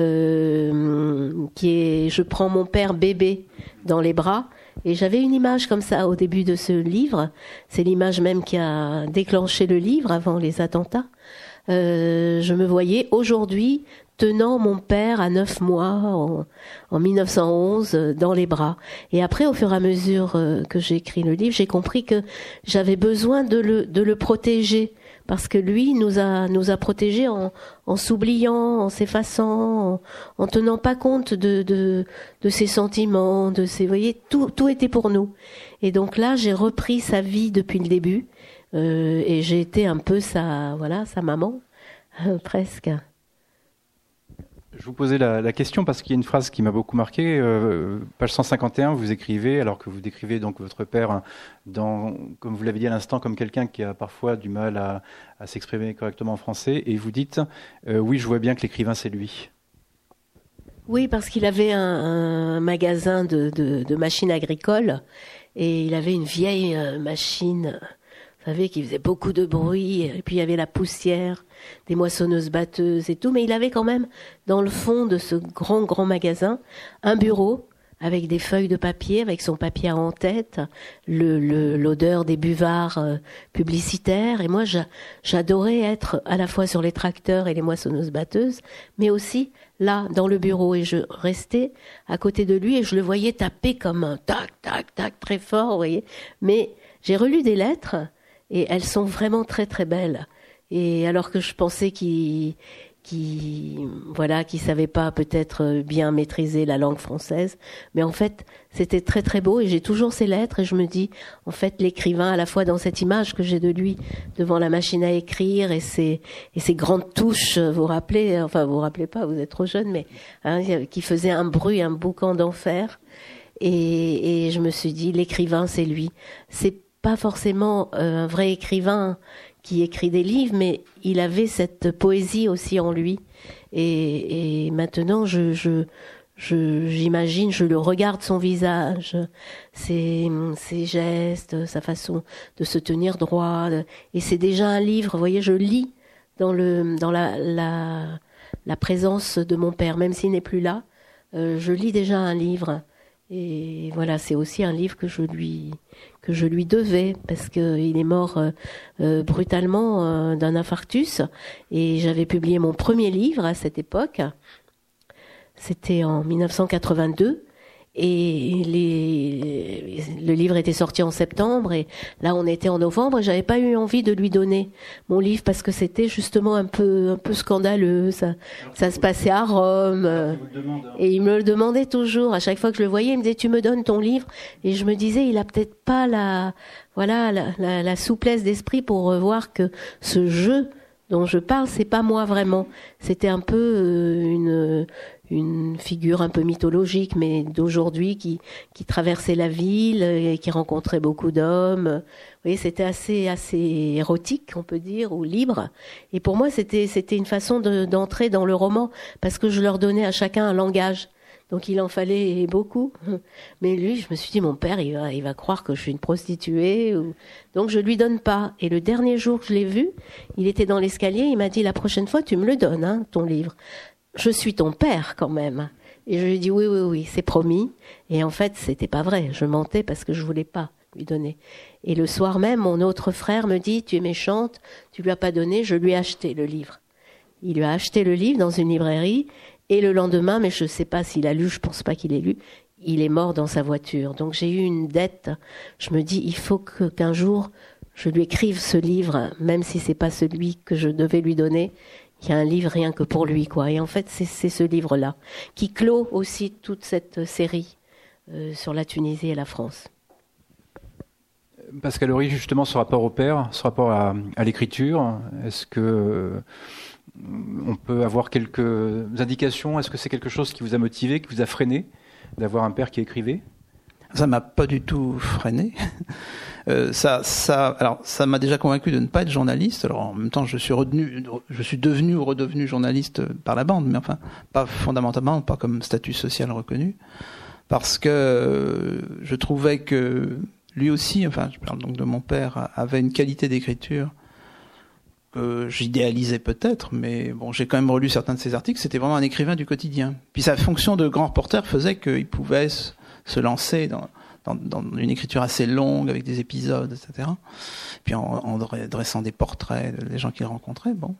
D: euh, qui est « Je prends mon père bébé dans les bras ». Et j'avais une image comme ça au début de ce livre. C'est l'image même qui a déclenché le livre avant les attentats. Euh, je me voyais aujourd'hui tenant mon père à neuf mois en, en mille neuf cent onze dans les bras. Et après, au fur et à mesure que j'ai écrit le livre, j'ai compris que j'avais besoin de le, de le protéger, parce que lui nous a, nous a protégés en, en s'oubliant, en s'effaçant, en, en tenant pas compte de, de, de ses sentiments, de ses, vous voyez, tout, tout était pour nous. Et donc là, j'ai repris sa vie depuis le début, euh, et j'ai été un peu sa, voilà, sa maman, euh, presque.
C: Je vous posais la, la question parce qu'il y a une phrase qui m'a beaucoup marqué. Euh, page cent cinquante et un, vous écrivez, alors que vous décrivez donc votre père, dans, comme vous l'avez dit à l'instant, comme quelqu'un qui a parfois du mal à, à s'exprimer correctement en français, et vous dites euh, « Oui, je vois bien que l'écrivain, c'est lui ».
D: Oui, parce qu'il avait un, un magasin de, de, de machines agricoles, et il avait une vieille machine, vous savez, qui faisait beaucoup de bruit, et puis il y avait la poussière des moissonneuses batteuses et tout, mais il avait quand même, dans le fond de ce grand, grand magasin, un bureau avec des feuilles de papier, avec son papier en tête, le, le, l'odeur des buvards euh, publicitaires. Et moi, j'a, j'adorais être à la fois sur les tracteurs et les moissonneuses batteuses, mais aussi là, dans le bureau. Et je restais à côté de lui et je le voyais taper comme un tac, tac, tac, très fort, vous voyez. Mais j'ai relu des lettres et elles sont vraiment très, très belles. Et alors que je pensais qu'il, qu'il, voilà, qu'il savait pas peut-être bien maîtriser la langue française, mais en fait, c'était très très beau. Et j'ai toujours ces lettres et je me dis, en fait, l'écrivain, à la fois dans cette image que j'ai de lui devant la machine à écrire et ses et ses grandes touches, vous vous rappelez, enfin vous vous rappelez pas, vous êtes trop jeune, mais hein, qui faisait un bruit, un boucan d'enfer. Et, et je me suis dit, l'écrivain, c'est lui. C'est pas forcément euh, un vrai écrivain qui écrit des livres, mais il avait cette poésie aussi en lui. Et, et maintenant, je, je, je, j'imagine, je le regarde son visage, ses, ses gestes, sa façon de se tenir droit. Et c'est déjà un livre, vous voyez, je lis dans, le, dans la, la, la présence de mon père, même s'il n'est plus là. Euh, je lis déjà un livre. Et voilà, c'est aussi un livre que je lui que je lui devais, parce que il est mort euh, euh, brutalement euh, d'un infarctus, et j'avais publié mon premier livre à cette époque. C'était en dix-neuf cent quatre-vingt-deux. Et les, le livre était sorti en septembre, et là on était en novembre, et j'avais pas eu envie de lui donner mon livre parce que c'était justement un peu un peu scandaleux. Ça, ça se passait à Rome, et il me le demandait toujours. À chaque fois que je le voyais, il me disait tu me donnes ton livre, et je me disais il a peut-être pas la voilà la, la, la souplesse d'esprit pour voir que ce jeu dont je parle, c'est pas moi vraiment. C'était un peu une une figure un peu mythologique, mais d'aujourd'hui, qui qui traversait la ville et qui rencontrait beaucoup d'hommes. Vous voyez, c'était assez assez érotique, on peut dire, ou libre. Et pour moi, c'était c'était une façon de, d'entrer dans le roman, parce que je leur donnais à chacun un langage. Donc il en fallait beaucoup. Mais lui, je me suis dit, mon père, il va, il va croire que je suis une prostituée. Ou... Donc je lui donne pas. Et le dernier jour que je l'ai vu, il était dans l'escalier, il m'a dit, la prochaine fois, tu me le donnes, hein, ton livre. Je suis ton père, quand même. Et je lui ai dit, oui, oui, oui, c'est promis. Et en fait, c'était pas vrai. Je mentais parce que je voulais pas lui donner. Et le soir même, mon autre frère me dit, tu es méchante, tu lui as pas donné, je lui ai acheté le livre. Il lui a acheté le livre dans une librairie. Et le lendemain, mais je ne sais pas s'il a lu, je ne pense pas qu'il ait lu, il est mort dans sa voiture. Donc j'ai eu une dette. Je me dis, il faut que, qu'un jour, je lui écrive ce livre, même si ce n'est pas celui que je devais lui donner. Il y a un livre rien que pour lui, quoi. Et en fait, c'est, c'est ce livre-là qui clôt aussi toute cette série euh, sur la Tunisie et la France.
C: Pascal Horry, justement, ce rapport au père, ce rapport à, à l'écriture, est-ce que... Euh, on peut avoir quelques indications? Est-ce que c'est quelque chose qui vous a motivé, qui vous a freiné, d'avoir un père qui écrivait?
E: Ça m'a pas du tout freiné. Euh, ça, ça, alors, ça m'a déjà convaincu de ne pas être journaliste. Alors, en même temps, je suis redevenu, je suis devenu ou redevenu journaliste par la bande, mais enfin, pas fondamentalement, pas comme statut social reconnu, parce que euh, je trouvais que lui aussi, enfin, je parle donc de mon père, avait une qualité d'écriture que j'idéalisais peut-être, mais bon, j'ai quand même relu certains de ses articles. C'était vraiment un écrivain du quotidien. Puis sa fonction de grand reporter faisait qu'il pouvait se, se lancer dans, dans, dans une écriture assez longue avec des épisodes, et cetera. Puis en, en dressant des portraits des gens qu'il rencontrait. Bon,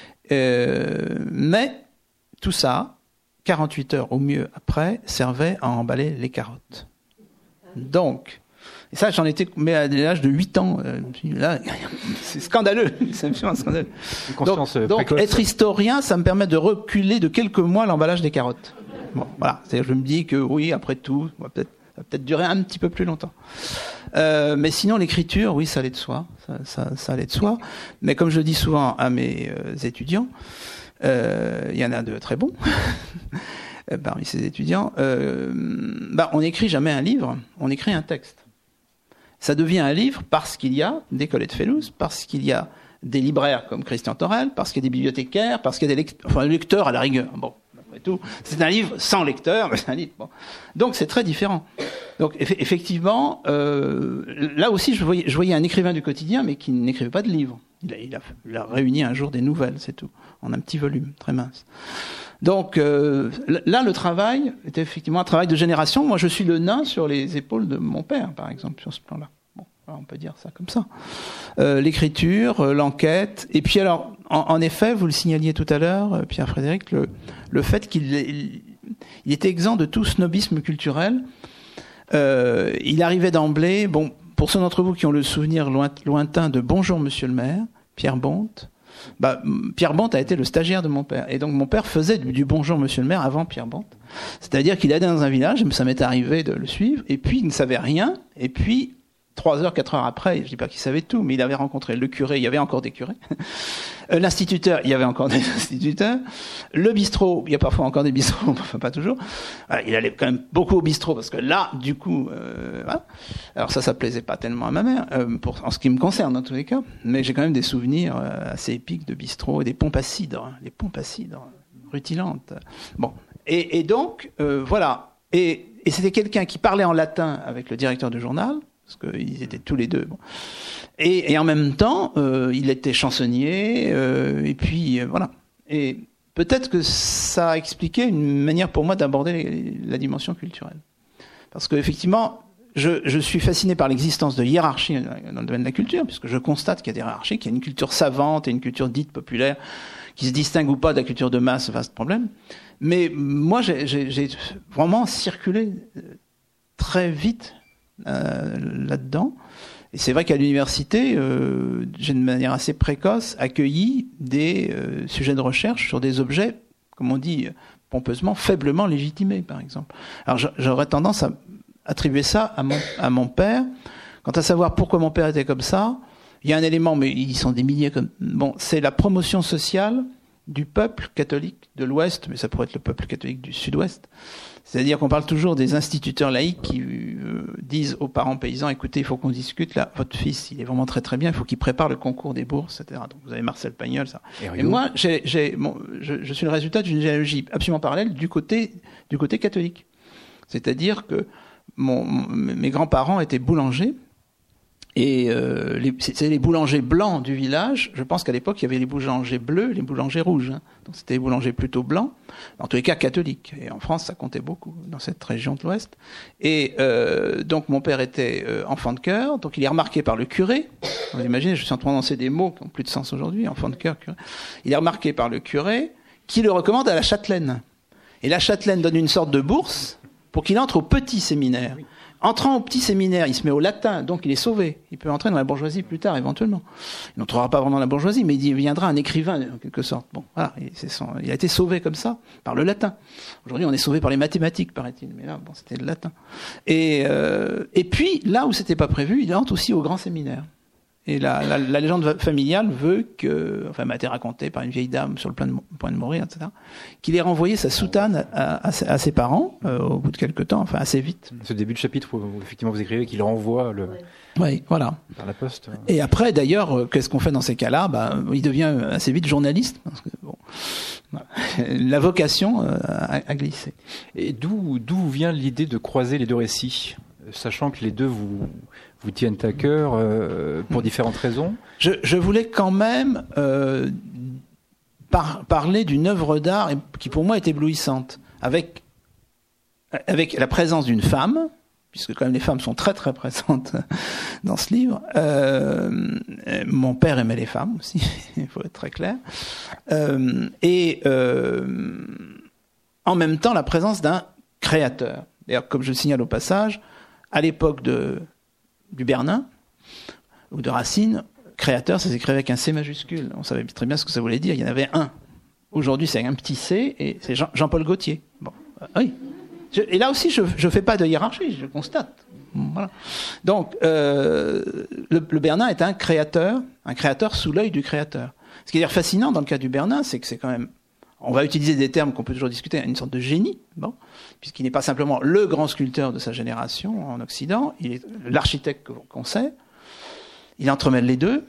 E: euh, mais tout ça, quarante-huit heures au mieux après, servait à emballer les carottes. Donc. Et ça, j'en étais, mais à l'âge de huit ans, euh, là, c'est scandaleux, c'est absolument scandaleux. Donc, donc être historien, ça me permet de reculer de quelques mois l'emballage des carottes. Bon, voilà. C'est-à-dire, je me dis que oui, après tout, ça va peut-être, ça va peut-être durer un petit peu plus longtemps. Euh, mais sinon, l'écriture, oui, ça allait de soi, ça, ça, ça allait de soi. Mais comme je le dis souvent à mes euh, étudiants, euh, il y en a de très bons. Parmi ces étudiants, euh, bah, on n'écrit jamais un livre, on écrit un texte. Ça devient un livre parce qu'il y a des Colette Fellouz, parce qu'il y a des libraires comme Christian Torel, parce qu'il y a des bibliothécaires, parce qu'il y a des lecteurs, enfin, des lecteurs à la rigueur. Bon, après tout, c'est un livre sans lecteur, mais c'est un livre. Bon. Donc c'est très différent. Donc eff- effectivement, euh, là aussi, je voyais, je voyais un écrivain du quotidien, mais qui n'écrivait pas de livres. Il a, il a, il a réuni un jour des nouvelles, c'est tout, en un petit volume, très mince. Donc euh, là, le travail était effectivement un travail de génération. Moi, je suis le nain sur les épaules de mon père, par exemple, sur ce plan-là. Bon, on peut dire ça comme ça. Euh, l'écriture, euh, l'enquête, et puis alors, en, en effet, vous le signaliez tout à l'heure, euh, Pierre-Frédéric, le, le fait qu'il il, il était exempt de tout snobisme culturel. Euh, il arrivait d'emblée, bon, pour ceux d'entre vous qui ont le souvenir lointain de Bonjour Monsieur le maire, Pierre Bonte. Bah, Pierre Bonte a été le stagiaire de mon père. Et donc mon père faisait du, du Bonjour Monsieur le maire avant Pierre Bonte. C'est-à-dire qu'il allait dans un village, ça m'est arrivé de le suivre, et puis il ne savait rien, et puis trois heures, quatre heures après, je dis pas qu'il savait tout, mais il avait rencontré le curé, il y avait encore des curés. L'instituteur, il y avait encore des instituteurs. Le bistrot, il y a parfois encore des bistrots, enfin pas toujours. Il allait quand même beaucoup au bistrot, parce que là, du coup, euh, voilà. Alors ça, ça plaisait pas tellement à ma mère, euh, pour, en ce qui me concerne dans tous les cas, mais j'ai quand même des souvenirs euh, assez épiques de bistrot et des pompes à cidre, hein, les pompes à cidre, rutilantes. Bon, et, et donc, euh, voilà. Et, et c'était quelqu'un qui parlait en latin avec le directeur du journal, parce qu'ils étaient tous les deux. Bon. Et, et en même temps, euh, il était chansonnier, euh, et puis euh, voilà. Et peut-être que ça a expliqué une manière pour moi d'aborder les, la dimension culturelle. Parce qu'effectivement, je, je suis fasciné par l'existence de hiérarchies dans le domaine de la culture, puisque je constate qu'il y a des hiérarchies, qu'il y a une culture savante et une culture dite populaire, qui se distingue ou pas de la culture de masse, vaste problème. Mais moi, j'ai, j'ai, j'ai vraiment circulé très vite euh, là-dedans. Et c'est vrai qu'à l'université, euh, j'ai de manière assez précoce accueilli des euh, sujets de recherche sur des objets, comme on dit pompeusement, faiblement légitimés, par exemple. Alors j'aurais tendance à attribuer ça à mon, à mon père. Quant à savoir pourquoi mon père était comme ça, il y a un élément, mais ils sont des milliers comme... Bon, c'est la promotion sociale du peuple catholique de l'Ouest, mais ça pourrait être le peuple catholique du Sud-Ouest. C'est-à-dire qu'on parle toujours des instituteurs laïcs qui euh, disent aux parents paysans, écoutez, il faut qu'on discute, là, votre fils, il est vraiment très très bien, il faut qu'il prépare le concours des bourses, et cetera. Donc vous avez Marcel Pagnol, ça. Et, et moi, j'ai, j'ai, bon, je, je suis le résultat d'une généalogie absolument parallèle du côté, du côté catholique. C'est-à-dire que mon, mon, mes grands-parents étaient boulangers, et euh, les, c'est les boulangers blancs du village. Je pense qu'à l'époque, il y avait les boulangers bleus et les boulangers rouges. Hein. Donc c'était les boulangers plutôt blancs, en tous les cas catholiques. Et en France, ça comptait beaucoup dans cette région de l'Ouest. Et euh, donc mon père était euh, enfant de chœur, donc il est remarqué par le curé. Vous imaginez, je suis en train de prononcer des mots qui n'ont plus de sens aujourd'hui, enfant de chœur, curé. Il est remarqué par le curé, qui le recommande à la Châtelaine. Et la Châtelaine donne une sorte de bourse pour qu'il entre au petit séminaire. Oui. Entrant au petit séminaire, il se met au latin, donc il est sauvé. Il peut entrer dans la bourgeoisie plus tard, éventuellement. Il n'entrera pas vraiment dans la bourgeoisie, mais il deviendra un écrivain, en quelque sorte. Bon, voilà, c'est son, il a été sauvé comme ça, par le latin. Aujourd'hui, on est sauvé par les mathématiques, paraît-il, mais là, bon, c'était le latin. Et, euh, et puis, là où c'était pas prévu, il entre aussi au grand séminaire. Et la, la, la légende familiale veut que, enfin, m'a été racontée par une vieille dame sur le point de, point de mourir, et cetera, qu'il ait renvoyé sa soutane à, à, à ses parents euh, au bout de quelques temps, enfin assez vite.
C: Ce début de chapitre où, où effectivement vous écrivez qu'il renvoie le.
E: Oui, voilà.
C: Par la poste.
E: Et après, d'ailleurs, qu'est-ce qu'on fait dans ces cas-là ? Ben, il devient assez vite journaliste. Parce que, bon, la vocation euh, a, a glissé.
C: Et d'où d'où vient l'idée de croiser les deux récits, sachant que les deux vous vous tiennent à cœur euh, pour différentes raisons.
E: Je, je voulais quand même euh, par, parler d'une œuvre d'art qui pour moi est éblouissante, avec avec la présence d'une femme, puisque quand même les femmes sont très très présentes dans ce livre. Euh, mon père aimait les femmes aussi, il faut être très clair. Euh, et euh, en même temps la présence d'un créateur. D'ailleurs, comme je le signale au passage, à l'époque de du Bernin ou de Racine, créateur, ça s'écrivait avec un C majuscule. On savait très bien ce que ça voulait dire. Il y en avait un. Aujourd'hui, c'est un petit C et c'est Jean, Jean-Paul Gaultier. Bon, euh, oui. Je, et là aussi, je ne fais pas de hiérarchie, je constate. Voilà. Donc, euh, le, le Bernin est un créateur, un créateur sous l'œil du créateur. Ce qui est d'ailleurs fascinant dans le cas du Bernin, c'est que c'est quand même, on va utiliser des termes qu'on peut toujours discuter, une sorte de génie, bon, puisqu'il n'est pas simplement le grand sculpteur de sa génération en Occident, il est l'architecte qu'on sait, il entremêle les deux,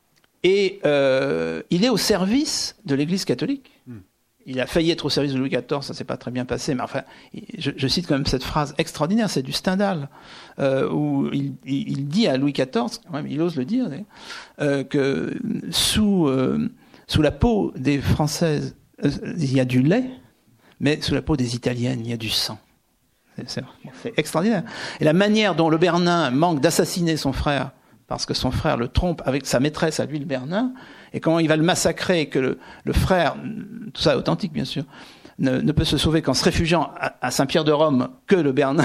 E: et euh, il est au service de l'Église catholique. Mm. Il a failli être au service de Louis quatorze, ça s'est pas très bien passé, mais enfin, je, je cite quand même cette phrase extraordinaire, c'est du Stendhal, euh, où il, il, il dit à Louis quatorze, quand même, il ose le dire, euh, que sous, euh, sous la peau des Françaises, il y a du lait, mais sous la peau des Italiennes, il y a du sang. C'est, c'est, c'est extraordinaire. Et la manière dont le Bernin manque d'assassiner son frère, parce que son frère le trompe avec sa maîtresse à lui, le Bernin, et comment il va le massacrer, et que le, le frère, tout ça est authentique bien sûr, ne, ne peut se sauver qu'en se réfugiant à, à Saint-Pierre-de-Rome, que le Bernin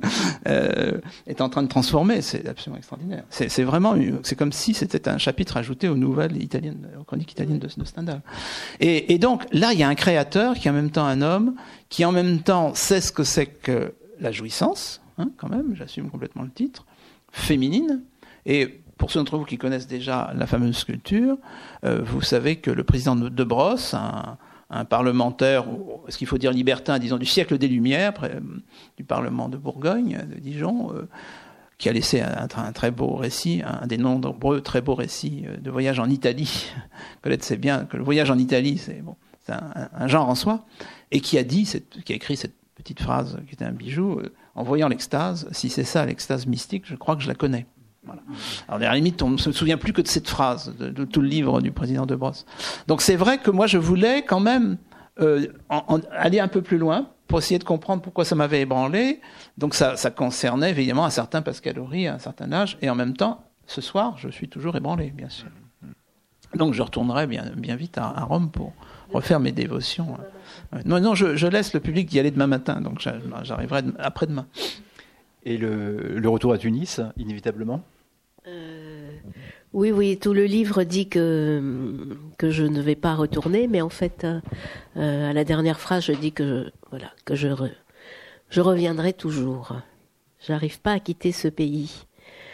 E: euh, est en train de transformer, c'est absolument extraordinaire. C'est, c'est vraiment, c'est comme si c'était un chapitre ajouté aux nouvelles italiennes, aux chroniques italiennes de, de Stendhal. Et, et donc là, il y a un créateur qui est en même temps un homme, qui en même temps sait ce que c'est que la jouissance, hein, quand même, j'assume complètement le titre, féminine. Et pour ceux d'entre vous qui connaissent déjà la fameuse sculpture, euh, vous savez que le président de Brosse, un, un parlementaire, est-ce qu'il faut dire libertin, disons du siècle des Lumières, près, du Parlement de Bourgogne, de Dijon, euh, qui a laissé un, un très beau récit, un des nombreux très beaux récits de voyage en Italie. Colette sait bien que le voyage en Italie, c'est, bon, c'est un, un genre en soi, et qui a dit, cette, qui a écrit cette petite phrase qui était un bijou, euh, en voyant l'extase, si c'est ça l'extase mystique, je crois que je la connais. Voilà. Alors, à la limite, on ne se souvient plus que de cette phrase, de, de tout le livre du président de Brosse. Donc, c'est vrai que moi, je voulais quand même euh, en, en, aller un peu plus loin, pour essayer de comprendre pourquoi ça m'avait ébranlé. Donc ça, ça concernait évidemment un certain Pascal Horry à un certain âge, et en même temps, ce soir, je suis toujours ébranlé, bien sûr. Donc je retournerai bien, bien vite à, à Rome pour refaire mes dévotions. Non, non, je, je laisse le public y aller demain matin, donc j'arriverai après-demain.
C: Et le, le retour à Tunis, inévitablement ?
D: euh, Oui, oui, tout le livre dit que, que je ne vais pas retourner, mais en fait, euh, à la dernière phrase, je dis que, voilà, que je, re, je reviendrai toujours. J'arrive pas à quitter ce pays.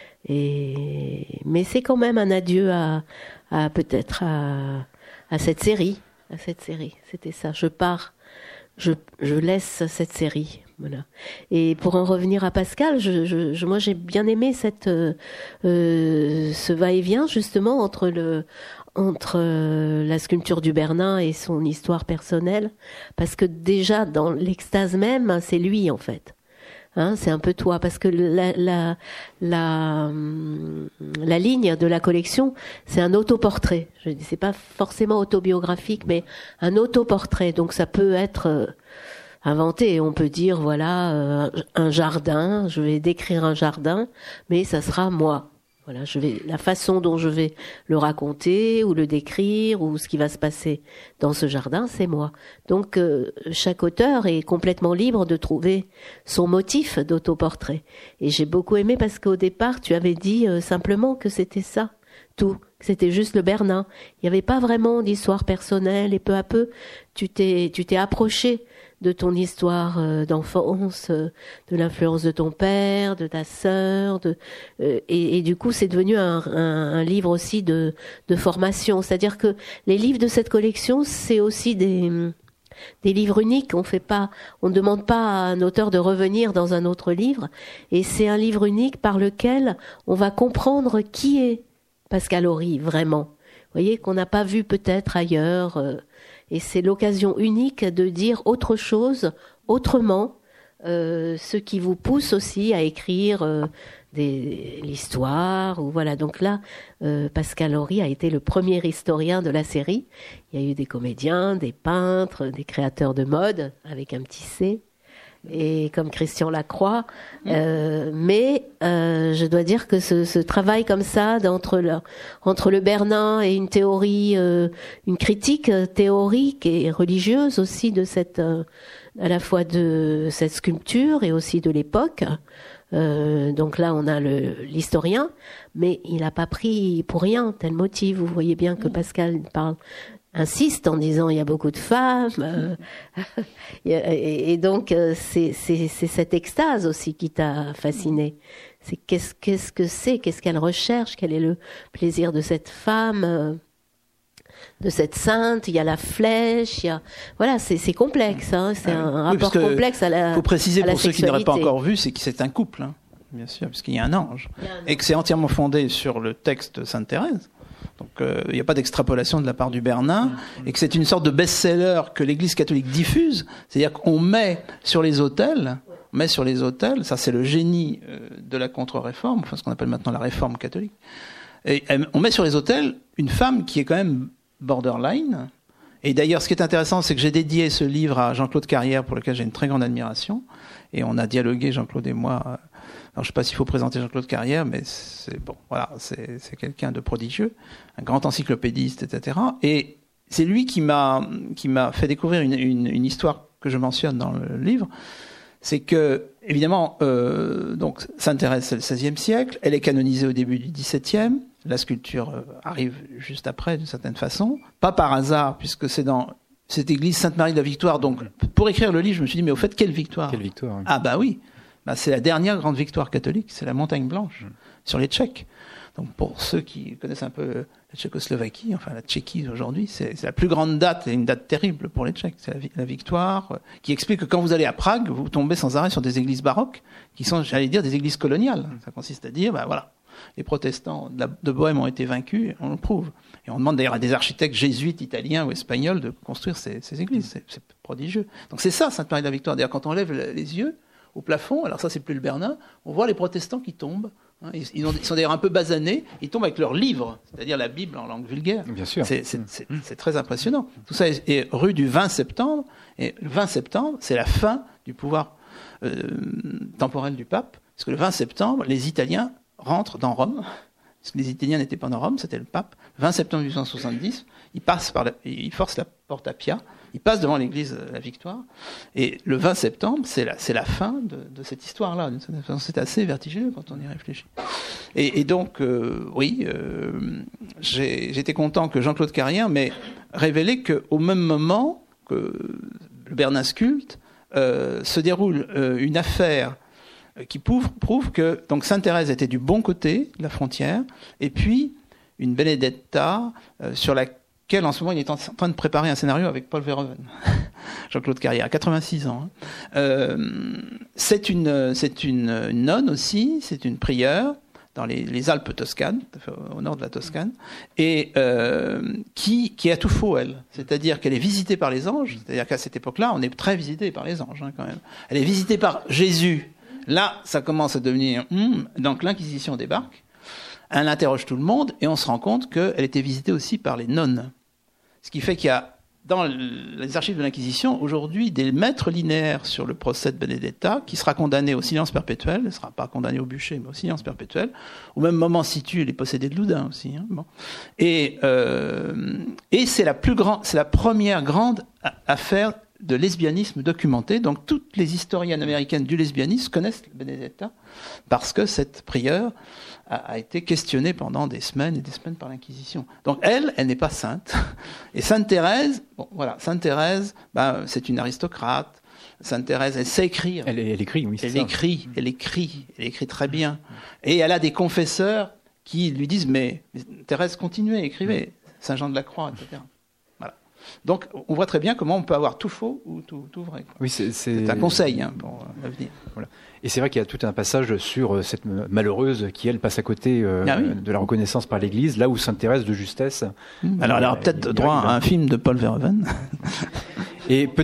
D: Et, mais c'est quand même un adieu à, à peut-être à, à cette série, à cette série. C'était ça. Je pars, je, je laisse cette série. Voilà. Et pour en revenir à Pascal, je, je, je, moi j'ai bien aimé cette, euh, euh, ce va-et-vient justement entre le, entre euh, la sculpture du Bernin et son histoire personnelle, parce que déjà dans l'extase même, c'est lui en fait. Hein, c'est un peu toi, parce que la, la, la, la ligne de la collection, c'est un autoportrait. Je dis, c'est pas forcément autobiographique, mais un autoportrait. Donc ça peut être euh, inventé. On peut dire, voilà, euh, un jardin. Je vais décrire un jardin, mais ça sera moi. Voilà, je vais, la façon dont je vais le raconter ou le décrire ou ce qui va se passer dans ce jardin, c'est moi. Donc, euh, chaque auteur est complètement libre de trouver son motif d'autoportrait. Et j'ai beaucoup aimé parce qu'au départ, tu avais dit euh, simplement que c'était ça, tout, que c'était juste le Bernin. Il n'y avait pas vraiment d'histoire personnelle et peu à peu, tu t'es, tu t'es approché de ton histoire euh, d'enfance, euh, de l'influence de ton père, de ta sœur, de, euh, et, et du coup c'est devenu un, un, un livre aussi de, de formation. C'est-à-dire que les livres de cette collection, c'est aussi des, des livres uniques. On fait pas, on ne demande pas à un auteur de revenir dans un autre livre, et c'est un livre unique par lequel on va comprendre qui est Pascal Horry vraiment. Vous voyez, qu'on n'a pas vu peut-être ailleurs. Euh, Et c'est l'occasion unique de dire autre chose, autrement, euh, ce qui vous pousse aussi à écrire euh, des, l'histoire. Ou voilà. Donc là, euh, Pascal Horry a été le premier historien de la série. Il y a eu des comédiens, des peintres, des créateurs de mode, avec un petit C, et comme Christian Lacroix. Euh, mais euh, je dois dire que ce, ce travail comme ça, d'entre le, entre le Bernin et une théorie, euh, une critique théorique et religieuse aussi de cette, euh, à la fois de cette sculpture et aussi de l'époque. Euh, donc là, on a le, l'historien, mais il n'a pas pris pour rien tel motif. Vous voyez bien que Pascal parle, insiste en disant il y a beaucoup de femmes, euh, et, et donc c'est, c'est, c'est cette extase aussi qui t'a fasciné. C'est qu'est-ce, qu'est-ce que c'est, qu'est-ce qu'elle recherche, quel est le plaisir de cette femme, euh, de cette sainte. Il y a la flèche, il y a voilà, c'est, c'est complexe, hein, c'est un, un
E: oui,
D: rapport complexe à la.
E: Il faut préciser
D: à la
E: pour ceux qui n'auraient pas
D: sexualité.
E: encore vu, c'est que c'est un couple, hein, bien sûr, parce qu'il y a un ange,
D: Il y a un ange.
E: et que c'est entièrement fondé sur le texte de Sainte Thérèse. Donc euh, il n'y a pas d'extrapolation de la part du Bernin, et que c'est une sorte de best-seller que l'Église catholique diffuse, c'est-à-dire qu'on met sur les autels, on met sur les autels, ça c'est le génie euh, de la contre-réforme, enfin ce qu'on appelle maintenant la réforme catholique, et euh, on met sur les autels une femme qui est quand même borderline. Et d'ailleurs, ce qui est intéressant, c'est que j'ai dédié ce livre à Jean-Claude Carrière, pour lequel j'ai une très grande admiration, et on a dialogué, Jean-Claude et moi. Alors, je ne sais pas s'il faut présenter Jean-Claude Carrière, mais c'est bon, voilà, c'est, c'est quelqu'un de prodigieux, un grand encyclopédiste, et cetera. Et c'est lui qui m'a qui m'a fait découvrir une, une, une histoire que je mentionne dans le livre. C'est que, évidemment, euh, donc Sainte Thérèse, c'est le seizième siècle, elle est canonisée au début du dix-septième. La sculpture euh, arrive juste après, d'une certaine façon, pas par hasard, puisque c'est dans cette église Sainte-Marie de la Victoire. Donc, pour écrire le livre, je me suis dit, mais au fait, quelle victoire ?
C: Quelle victoire, oui.
E: Ah bah oui, bah, c'est la dernière grande victoire catholique, c'est la Montagne Blanche, mmh. sur les Tchèques. Donc, pour ceux qui connaissent un peu la Tchécoslovaquie, enfin la Tchéquie aujourd'hui, c'est, c'est la plus grande date, et une date terrible pour les Tchèques. C'est la, la victoire, euh, qui explique que quand vous allez à Prague, vous tombez sans arrêt sur des églises baroques, qui sont, j'allais dire, des églises coloniales. Mmh. Ça consiste à dire, bah voilà, les protestants de, la, de Bohême ont été vaincus, on le prouve. Et on demande d'ailleurs à des architectes jésuites, italiens ou espagnols de construire ces, ces églises. C'est, c'est prodigieux. Donc c'est ça, Sainte-Marie de la Victoire. D'ailleurs, quand on lève les yeux au plafond, alors ça c'est plus le Bernin, on voit les protestants qui tombent Ils, ils, ont, ils sont d'ailleurs un peu basanés, ils tombent avec leurs livres, c'est-à-dire la Bible en langue vulgaire.
C: Bien sûr.
E: C'est, c'est, c'est, c'est très impressionnant. Tout ça est, est rue du vingt septembre, et le vingt septembre, c'est la fin du pouvoir euh, temporel du pape, parce que le vingt septembre, les Italiens rentrent dans Rome, parce que les Italiens n'étaient pas dans Rome, c'était le pape. vingt septembre mille huit cent soixante-dix, ils passent par la, ils forcent la porte à Pia, ils passent devant l'église de la Victoire, et le vingt septembre, c'est la, c'est la fin de, de cette histoire-là. C'est assez vertigineux quand on y réfléchit. Et, et donc, euh, oui, euh, j'ai, j'étais content que Jean-Claude Carrière m'ait révélé qu'au même moment que le Bernin's culte, euh, se déroule euh, une affaire qui prouve, prouve que donc Sainte-Thérèse était du bon côté de la frontière, et puis une Benedetta euh, sur laquelle en ce moment il est en train de préparer un scénario avec Paul Verhoeven, Jean-Claude Carrière, à quatre-vingt-six ans. Hein. Euh, c'est une, c'est une, une nonne aussi, c'est une prieure dans les, les Alpes toscanes, au nord de la Toscane, et euh, qui, qui a tout faux, elle. C'est-à-dire qu'elle est visitée par les anges, c'est-à-dire qu'à cette époque-là, on est très visité par les anges hein, quand même. Elle est visitée par Jésus. Là, ça commence à devenir... Hum, donc l'Inquisition débarque, elle interroge tout le monde, et on se rend compte qu'elle était visitée aussi par les nonnes. Ce qui fait qu'il y a, dans les archives de l'Inquisition, aujourd'hui, des maîtres linéaires sur le procès de Benedetta, qui sera condamné au silence perpétuel, elle ne sera pas condamnée au bûcher, mais au silence perpétuel. Au même moment situent les possédés de Loudun aussi. Hein, bon. Et, euh, et c'est la plus grande, c'est la première grande affaire de lesbianisme documenté. Donc toutes les historiennes américaines du lesbianisme connaissent Benedetta, parce que cette prieure a été questionnée pendant des semaines et des semaines par l'Inquisition. Donc elle, elle n'est pas sainte. Et Sainte Thérèse, bon voilà, Sainte Thérèse, ben, c'est une aristocrate. Sainte Thérèse, elle sait écrire.
C: Elle, elle écrit, oui, c'est
E: elle
C: ça.
E: écrit, elle écrit, elle écrit très bien. Et elle a des confesseurs qui lui disent, mais, mais Thérèse, continuez, écrivez. Saint Jean de la Croix, et cetera. Voilà. Donc, on voit très bien comment on peut avoir tout faux ou tout, tout vrai. Quoi.
C: Oui, c'est, c'est...
E: c'est un conseil hein, pour l'avenir.
C: Voilà. Et c'est vrai qu'il y a tout un passage sur cette malheureuse qui, elle, passe à côté euh, ah oui. de la reconnaissance par l'Église, là où Sainte Thérèse de justesse...
E: Mmh. Alors, elle aura peut-être droit à un film de Paul Verhoeven.
C: Et peut...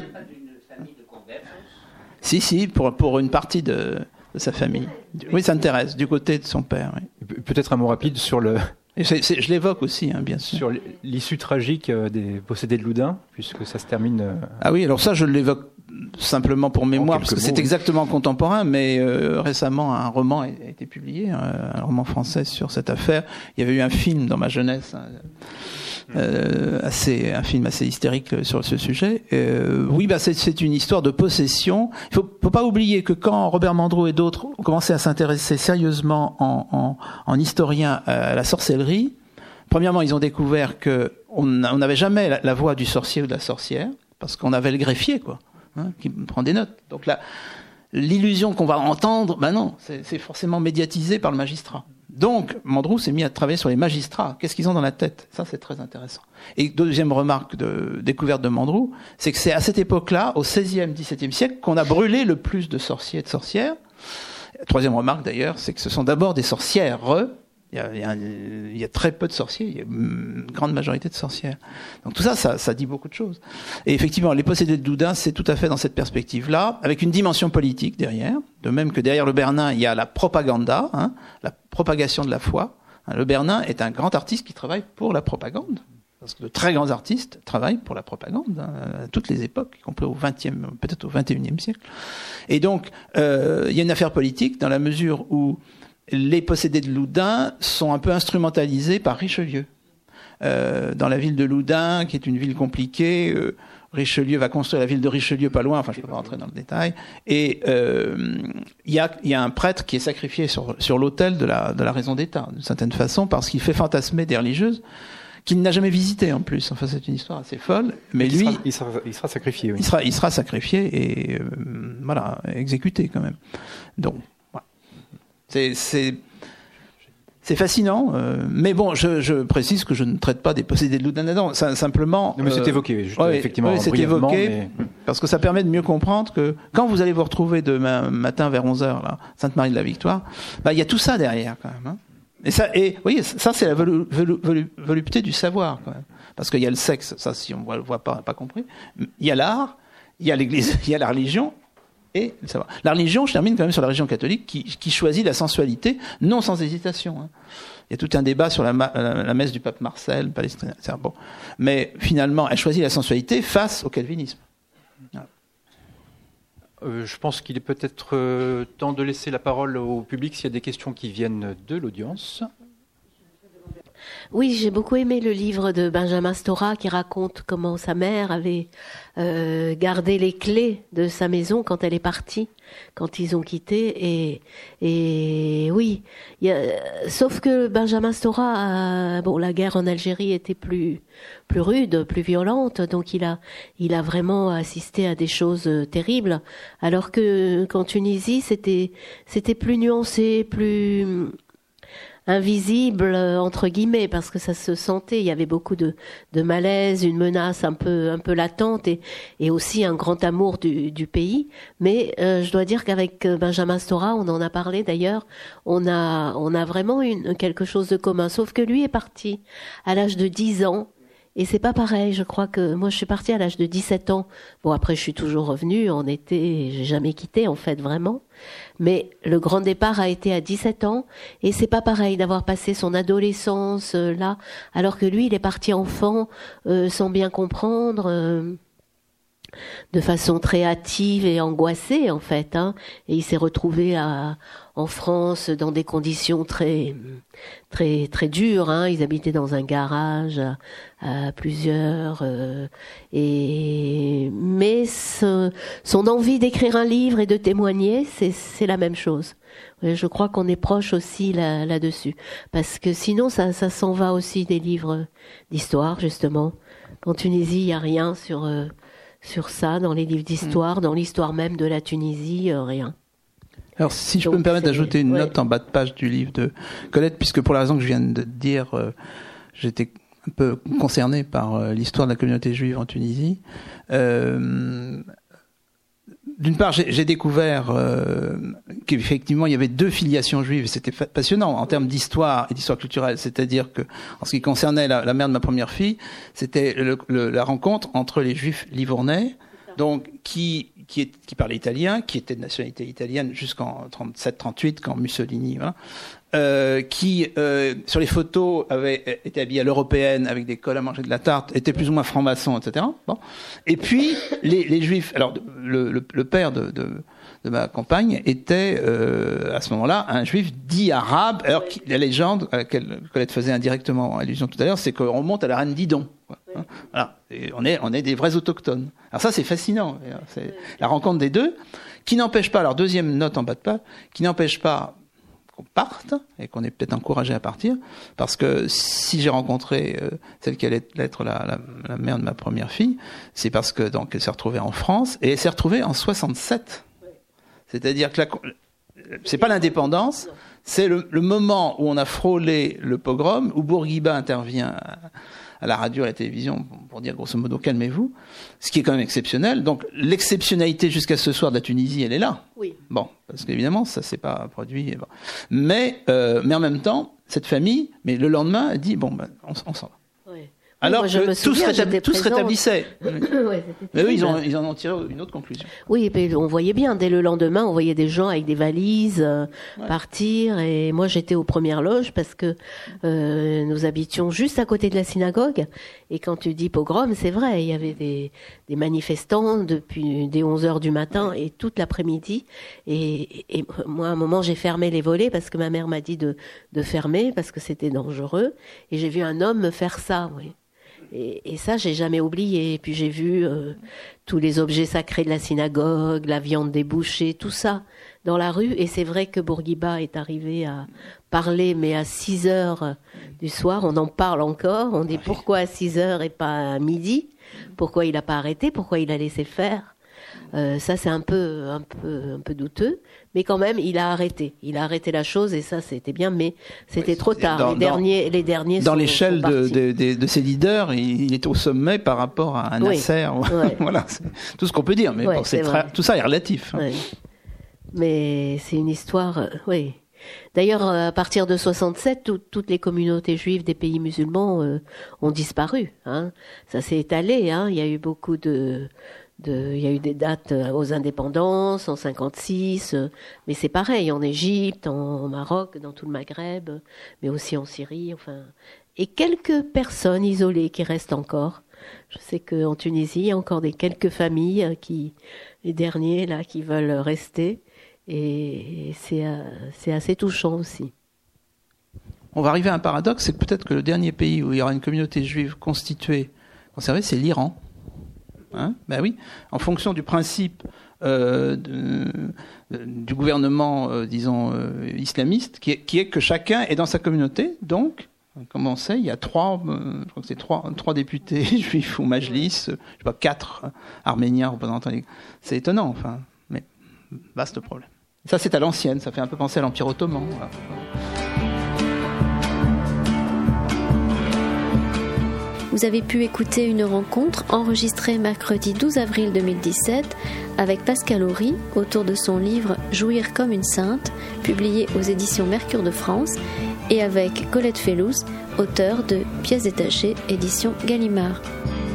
E: Si, si, pour, pour une partie de, de sa famille. Oui, Sainte Thérèse, du côté de son père. Oui.
C: Peut-être un mot rapide sur le...
E: Et c'est, c'est, je l'évoque aussi, hein, bien sûr.
C: Sur l'issue tragique des possédés de Loudun, puisque ça se termine... Euh...
E: Ah oui, alors ça, je l'évoque simplement pour mémoire, parce que mots, c'est oui. exactement contemporain, mais euh, récemment, un roman a été publié, un, un roman français sur cette affaire. Il y avait eu un film dans ma jeunesse, hein, euh, assez, un film assez hystérique sur ce sujet. Euh, oui, bah, c'est, c'est une histoire de possession. Il faut, faut pas oublier que quand Robert Mandrou et d'autres ont commencé à s'intéresser sérieusement en, en, en historien à la sorcellerie, premièrement, ils ont découvert que on n'avait jamais la, la voix du sorcier ou de la sorcière, parce qu'on avait le greffier, quoi. Hein, qui prend des notes. Donc là, l'illusion qu'on va entendre, ben non, c'est, c'est forcément médiatisé par le magistrat. Donc, Mandrou s'est mis à travailler sur les magistrats. Qu'est-ce qu'ils ont dans la tête ? Ça, c'est très intéressant. Et deuxième remarque de découverte de Mandrou, c'est que c'est à cette époque-là, au seizième, dix-septième siècle, qu'on a brûlé le plus de sorciers et de sorcières. Troisième remarque, d'ailleurs, c'est que ce sont d'abord des sorcières. Il y a, il y a, il y a très peu de sorciers, il y a une grande majorité de sorcières. Donc tout ça, ça, ça dit beaucoup de choses. Et effectivement, les possédés de Loudun, c'est tout à fait dans cette perspective-là, avec une dimension politique derrière. De même que derrière le Bernin, il y a la propaganda, hein, la propagation de la foi. Le Bernin est un grand artiste qui travaille pour la propagande. Parce que de très grands artistes travaillent pour la propagande, hein, à toutes les époques, y compris au vingtième, peut-être au vingt et unième siècle. Et donc, euh, il y a une affaire politique dans la mesure où les possédés de Loudun sont un peu instrumentalisés par Richelieu. Euh, dans la ville de Loudun, qui est une ville compliquée, euh, Richelieu va construire la ville de Richelieu pas loin, enfin je ne peux pas rentrer dans le détail, et il euh, y, a, y a un prêtre qui est sacrifié sur, sur l'autel de la, de la raison d'État, d'une certaine façon, parce qu'il fait fantasmer des religieuses qu'il n'a jamais visitées en plus. Enfin, c'est une histoire assez folle, mais
C: il
E: lui...
C: Sera, il, sera, il sera sacrifié, oui.
E: Il sera, il sera sacrifié et, euh, voilà, exécuté quand même. Donc, C'est, c'est, c'est fascinant, euh, mais bon, je, je précise que je ne traite pas des possédés de Loudun. Simplement.
C: Non, mais c'est euh, évoqué, juste,
E: ouais,
C: effectivement.
E: Ouais, c'est évoqué,
C: mais...
E: parce que ça permet de mieux comprendre que quand vous allez vous retrouver demain matin vers onze heures, là, Sainte-Marie de la Victoire, bah, il y a tout ça derrière, quand même. Hein. Et ça, et, vous voyez, ça, c'est la volu, volu, volu, volupté du savoir, quand même. Parce qu'il y a le sexe, ça, si on ne voit, voit pas, pas compris. Il y a l'art, il y a l'église, il y a la religion, et le savoir. La religion, je termine quand même sur la religion catholique qui, qui choisit la sensualité, non sans hésitation. Hein. Il y a tout un débat sur la, la, la messe du pape Marcel, Palestine, et cetera. Bon. Mais finalement, elle choisit la sensualité face au calvinisme. Voilà.
C: Euh, je pense qu'il est peut-être euh, temps de laisser la parole au public s'il y a des questions qui viennent de l'audience.
D: Oui, j'ai beaucoup aimé le livre de Benjamin Stora qui raconte comment sa mère avait euh, gardé les clés de sa maison quand elle est partie, quand ils ont quitté. Et, et oui, y a, sauf que Benjamin Stora, a, bon, la guerre en Algérie était plus plus rude, plus violente, donc il a il a vraiment assisté à des choses terribles. Alors que qu'en Tunisie, c'était c'était plus nuancé, plus invisible entre guillemets, parce que ça se sentait, il y avait beaucoup de, de malaise, une menace un peu un peu latente et, et aussi un grand amour du, du pays. Mais euh, je dois dire qu'avec Benjamin Stora, on en a parlé d'ailleurs, on a on a vraiment une, quelque chose de commun. Sauf que lui est parti à l'âge de dix ans. Et c'est pas pareil, je crois que moi je suis partie à l'âge de dix-sept ans. Bon, après je suis toujours revenue en été, j'ai jamais quitté en fait vraiment. Mais le grand départ a été à dix-sept ans et c'est pas pareil d'avoir passé son adolescence euh, là, alors que lui il est parti enfant euh, sans bien comprendre, euh, de façon très hâtive et angoissée en fait, hein. Et il s'est retrouvé à, en France dans des conditions très très très dures, hein. Ils habitaient dans un garage à, à plusieurs euh, et mais ce, son envie d'écrire un livre et de témoigner, c'est c'est la même chose. Je crois qu'on est proche aussi là, là-dessus, parce que sinon ça ça s'en va aussi des livres d'histoire justement. En Tunisie, il y a rien sur euh, sur ça dans les livres d'histoire, mmh. dans l'histoire même de la Tunisie, euh, rien.
E: Alors, si je Donc, peux me permettre d'ajouter une ouais. note en bas de page du livre de Colette, puisque pour la raison que je viens de dire, euh, j'étais un peu concerné par euh, l'histoire de la communauté juive en Tunisie. Euh, d'une part, j'ai, j'ai découvert euh, qu'effectivement, il y avait deux filiations juives, et c'était passionnant en termes d'histoire et d'histoire culturelle. C'est-à-dire que, en ce qui concernait la, la mère de ma première fille, c'était le, le, la rencontre entre les juifs livournais, donc qui qui, est, qui parlait italien, qui était de nationalité italienne jusqu'en trente-sept trente-huit, quand Mussolini, voilà, euh, qui, euh, sur les photos, avait été habillé à l'européenne, avec des cols à manger de la tarte, était plus ou moins franc-maçon, et cetera. Bon. Et puis, les, les juifs, alors, le, le, le père de, de, de ma compagne était, euh, à ce moment-là, un juif dit arabe. Alors, qui, la légende à laquelle Colette faisait indirectement allusion tout à l'heure, c'est qu'on remonte à la reine Didon. Quoi. Oui. Voilà. Et on est, on est des vrais autochtones. Alors ça, c'est fascinant. C'est la rencontre des deux, qui n'empêche pas, alors deuxième note en bas de page, qui n'empêche pas qu'on parte et qu'on est peut-être encouragé à partir, parce que si j'ai rencontré euh, celle qui allait être la, la, la mère de ma première fille, c'est parce que donc elle s'est retrouvée en France et elle s'est retrouvée en soixante-sept. C'est-à-dire que la, c'est pas l'indépendance, c'est le, le moment où on a frôlé le pogrom, où Bourguiba intervient à, à la radio, à la télévision, pour dire grosso modo calmez-vous, ce qui est quand même exceptionnel. Donc l'exceptionnalité jusqu'à ce soir de la Tunisie, elle est là. Oui. Bon, parce qu'évidemment ça s'est pas produit. Bon. Mais euh, mais en même temps, cette famille, mais le lendemain, elle dit bon ben on, on s'en va. Oui. Alors oui, que tout, souviens, se rétab- tout se rétablissait. Ouais, mais eux, ils, ont, ils en ont tiré une autre conclusion.
D: Oui, mais on voyait bien, dès le lendemain, on voyait des gens avec des valises euh, ouais. partir. Et moi, j'étais aux premières loges parce que euh, nous habitions juste à côté de la synagogue. Et quand tu dis pogrom, c'est vrai, il y avait des, des manifestants depuis dès onze heures du matin et toute l'après-midi. Et, et moi, à un moment, j'ai fermé les volets parce que ma mère m'a dit de, de fermer parce que c'était dangereux. Et j'ai vu un homme me faire ça, oui. Et, et ça, j'ai jamais oublié. Et puis j'ai vu euh, tous les objets sacrés de la synagogue, la viande des bouchers, tout ça dans la rue. Et c'est vrai que Bourguiba est arrivé à parler, mais à six heures du soir, on en parle encore. On dit pourquoi à six heures et pas à midi? Pourquoi il n'a pas arrêté? Pourquoi il a laissé faire? Euh, ça, c'est un peu, un peu, un peu douteux, mais quand même, il a arrêté. Il a arrêté la chose et ça, c'était bien, mais c'était ouais, trop tard. Dans, les derniers, les derniers.
E: Dans
D: sont,
E: l'échelle
D: sont
E: de, de, de, de ses leaders, il, il est au sommet par rapport à un
D: oui.
E: Nasser. Ouais. Voilà, c'est tout ce qu'on peut dire. Mais ouais, bon, c'est c'est très, tout ça est relatif. Hein.
D: Ouais. Mais c'est une histoire, euh, oui. D'ailleurs, à partir de soixante-sept, tout, toutes les communautés juives des pays musulmans euh, ont disparu. Hein. Ça s'est étalé. Hein. Il y a eu beaucoup de de, il y a eu des dates aux indépendances en cinquante-six, mais c'est pareil en Égypte, en Maroc, dans tout le Maghreb, mais aussi en Syrie, enfin, et quelques personnes isolées qui restent encore. Je sais qu'en Tunisie, il y a encore des quelques familles qui, les derniers là, qui veulent rester, et c'est, c'est assez touchant aussi.
E: On va arriver à un paradoxe, c'est que peut-être que le dernier pays où il y aura une communauté juive constituée, conservée, c'est l'Iran. Hein, ben oui, en fonction du principe euh, de, de, du gouvernement, euh, disons, euh, islamiste, qui est, qui est que chacun est dans sa communauté. Donc, comme on sait, il y a trois, euh, je crois que c'est trois, trois députés juifs au Majlis, euh, je sais pas, quatre euh, Arméniens représentant. C'est étonnant, enfin, mais vaste problème. Ça, c'est à l'ancienne, ça fait un peu penser à l'Empire ottoman. Voilà.
A: Vous avez pu écouter une rencontre enregistrée mercredi douze avril deux mille dix-sept avec Pascal Horry autour de son livre « Jouir comme une sainte » publié aux éditions Mercure de France et avec Colette Fellouz, auteure de Pièces détachées, édition Gallimard.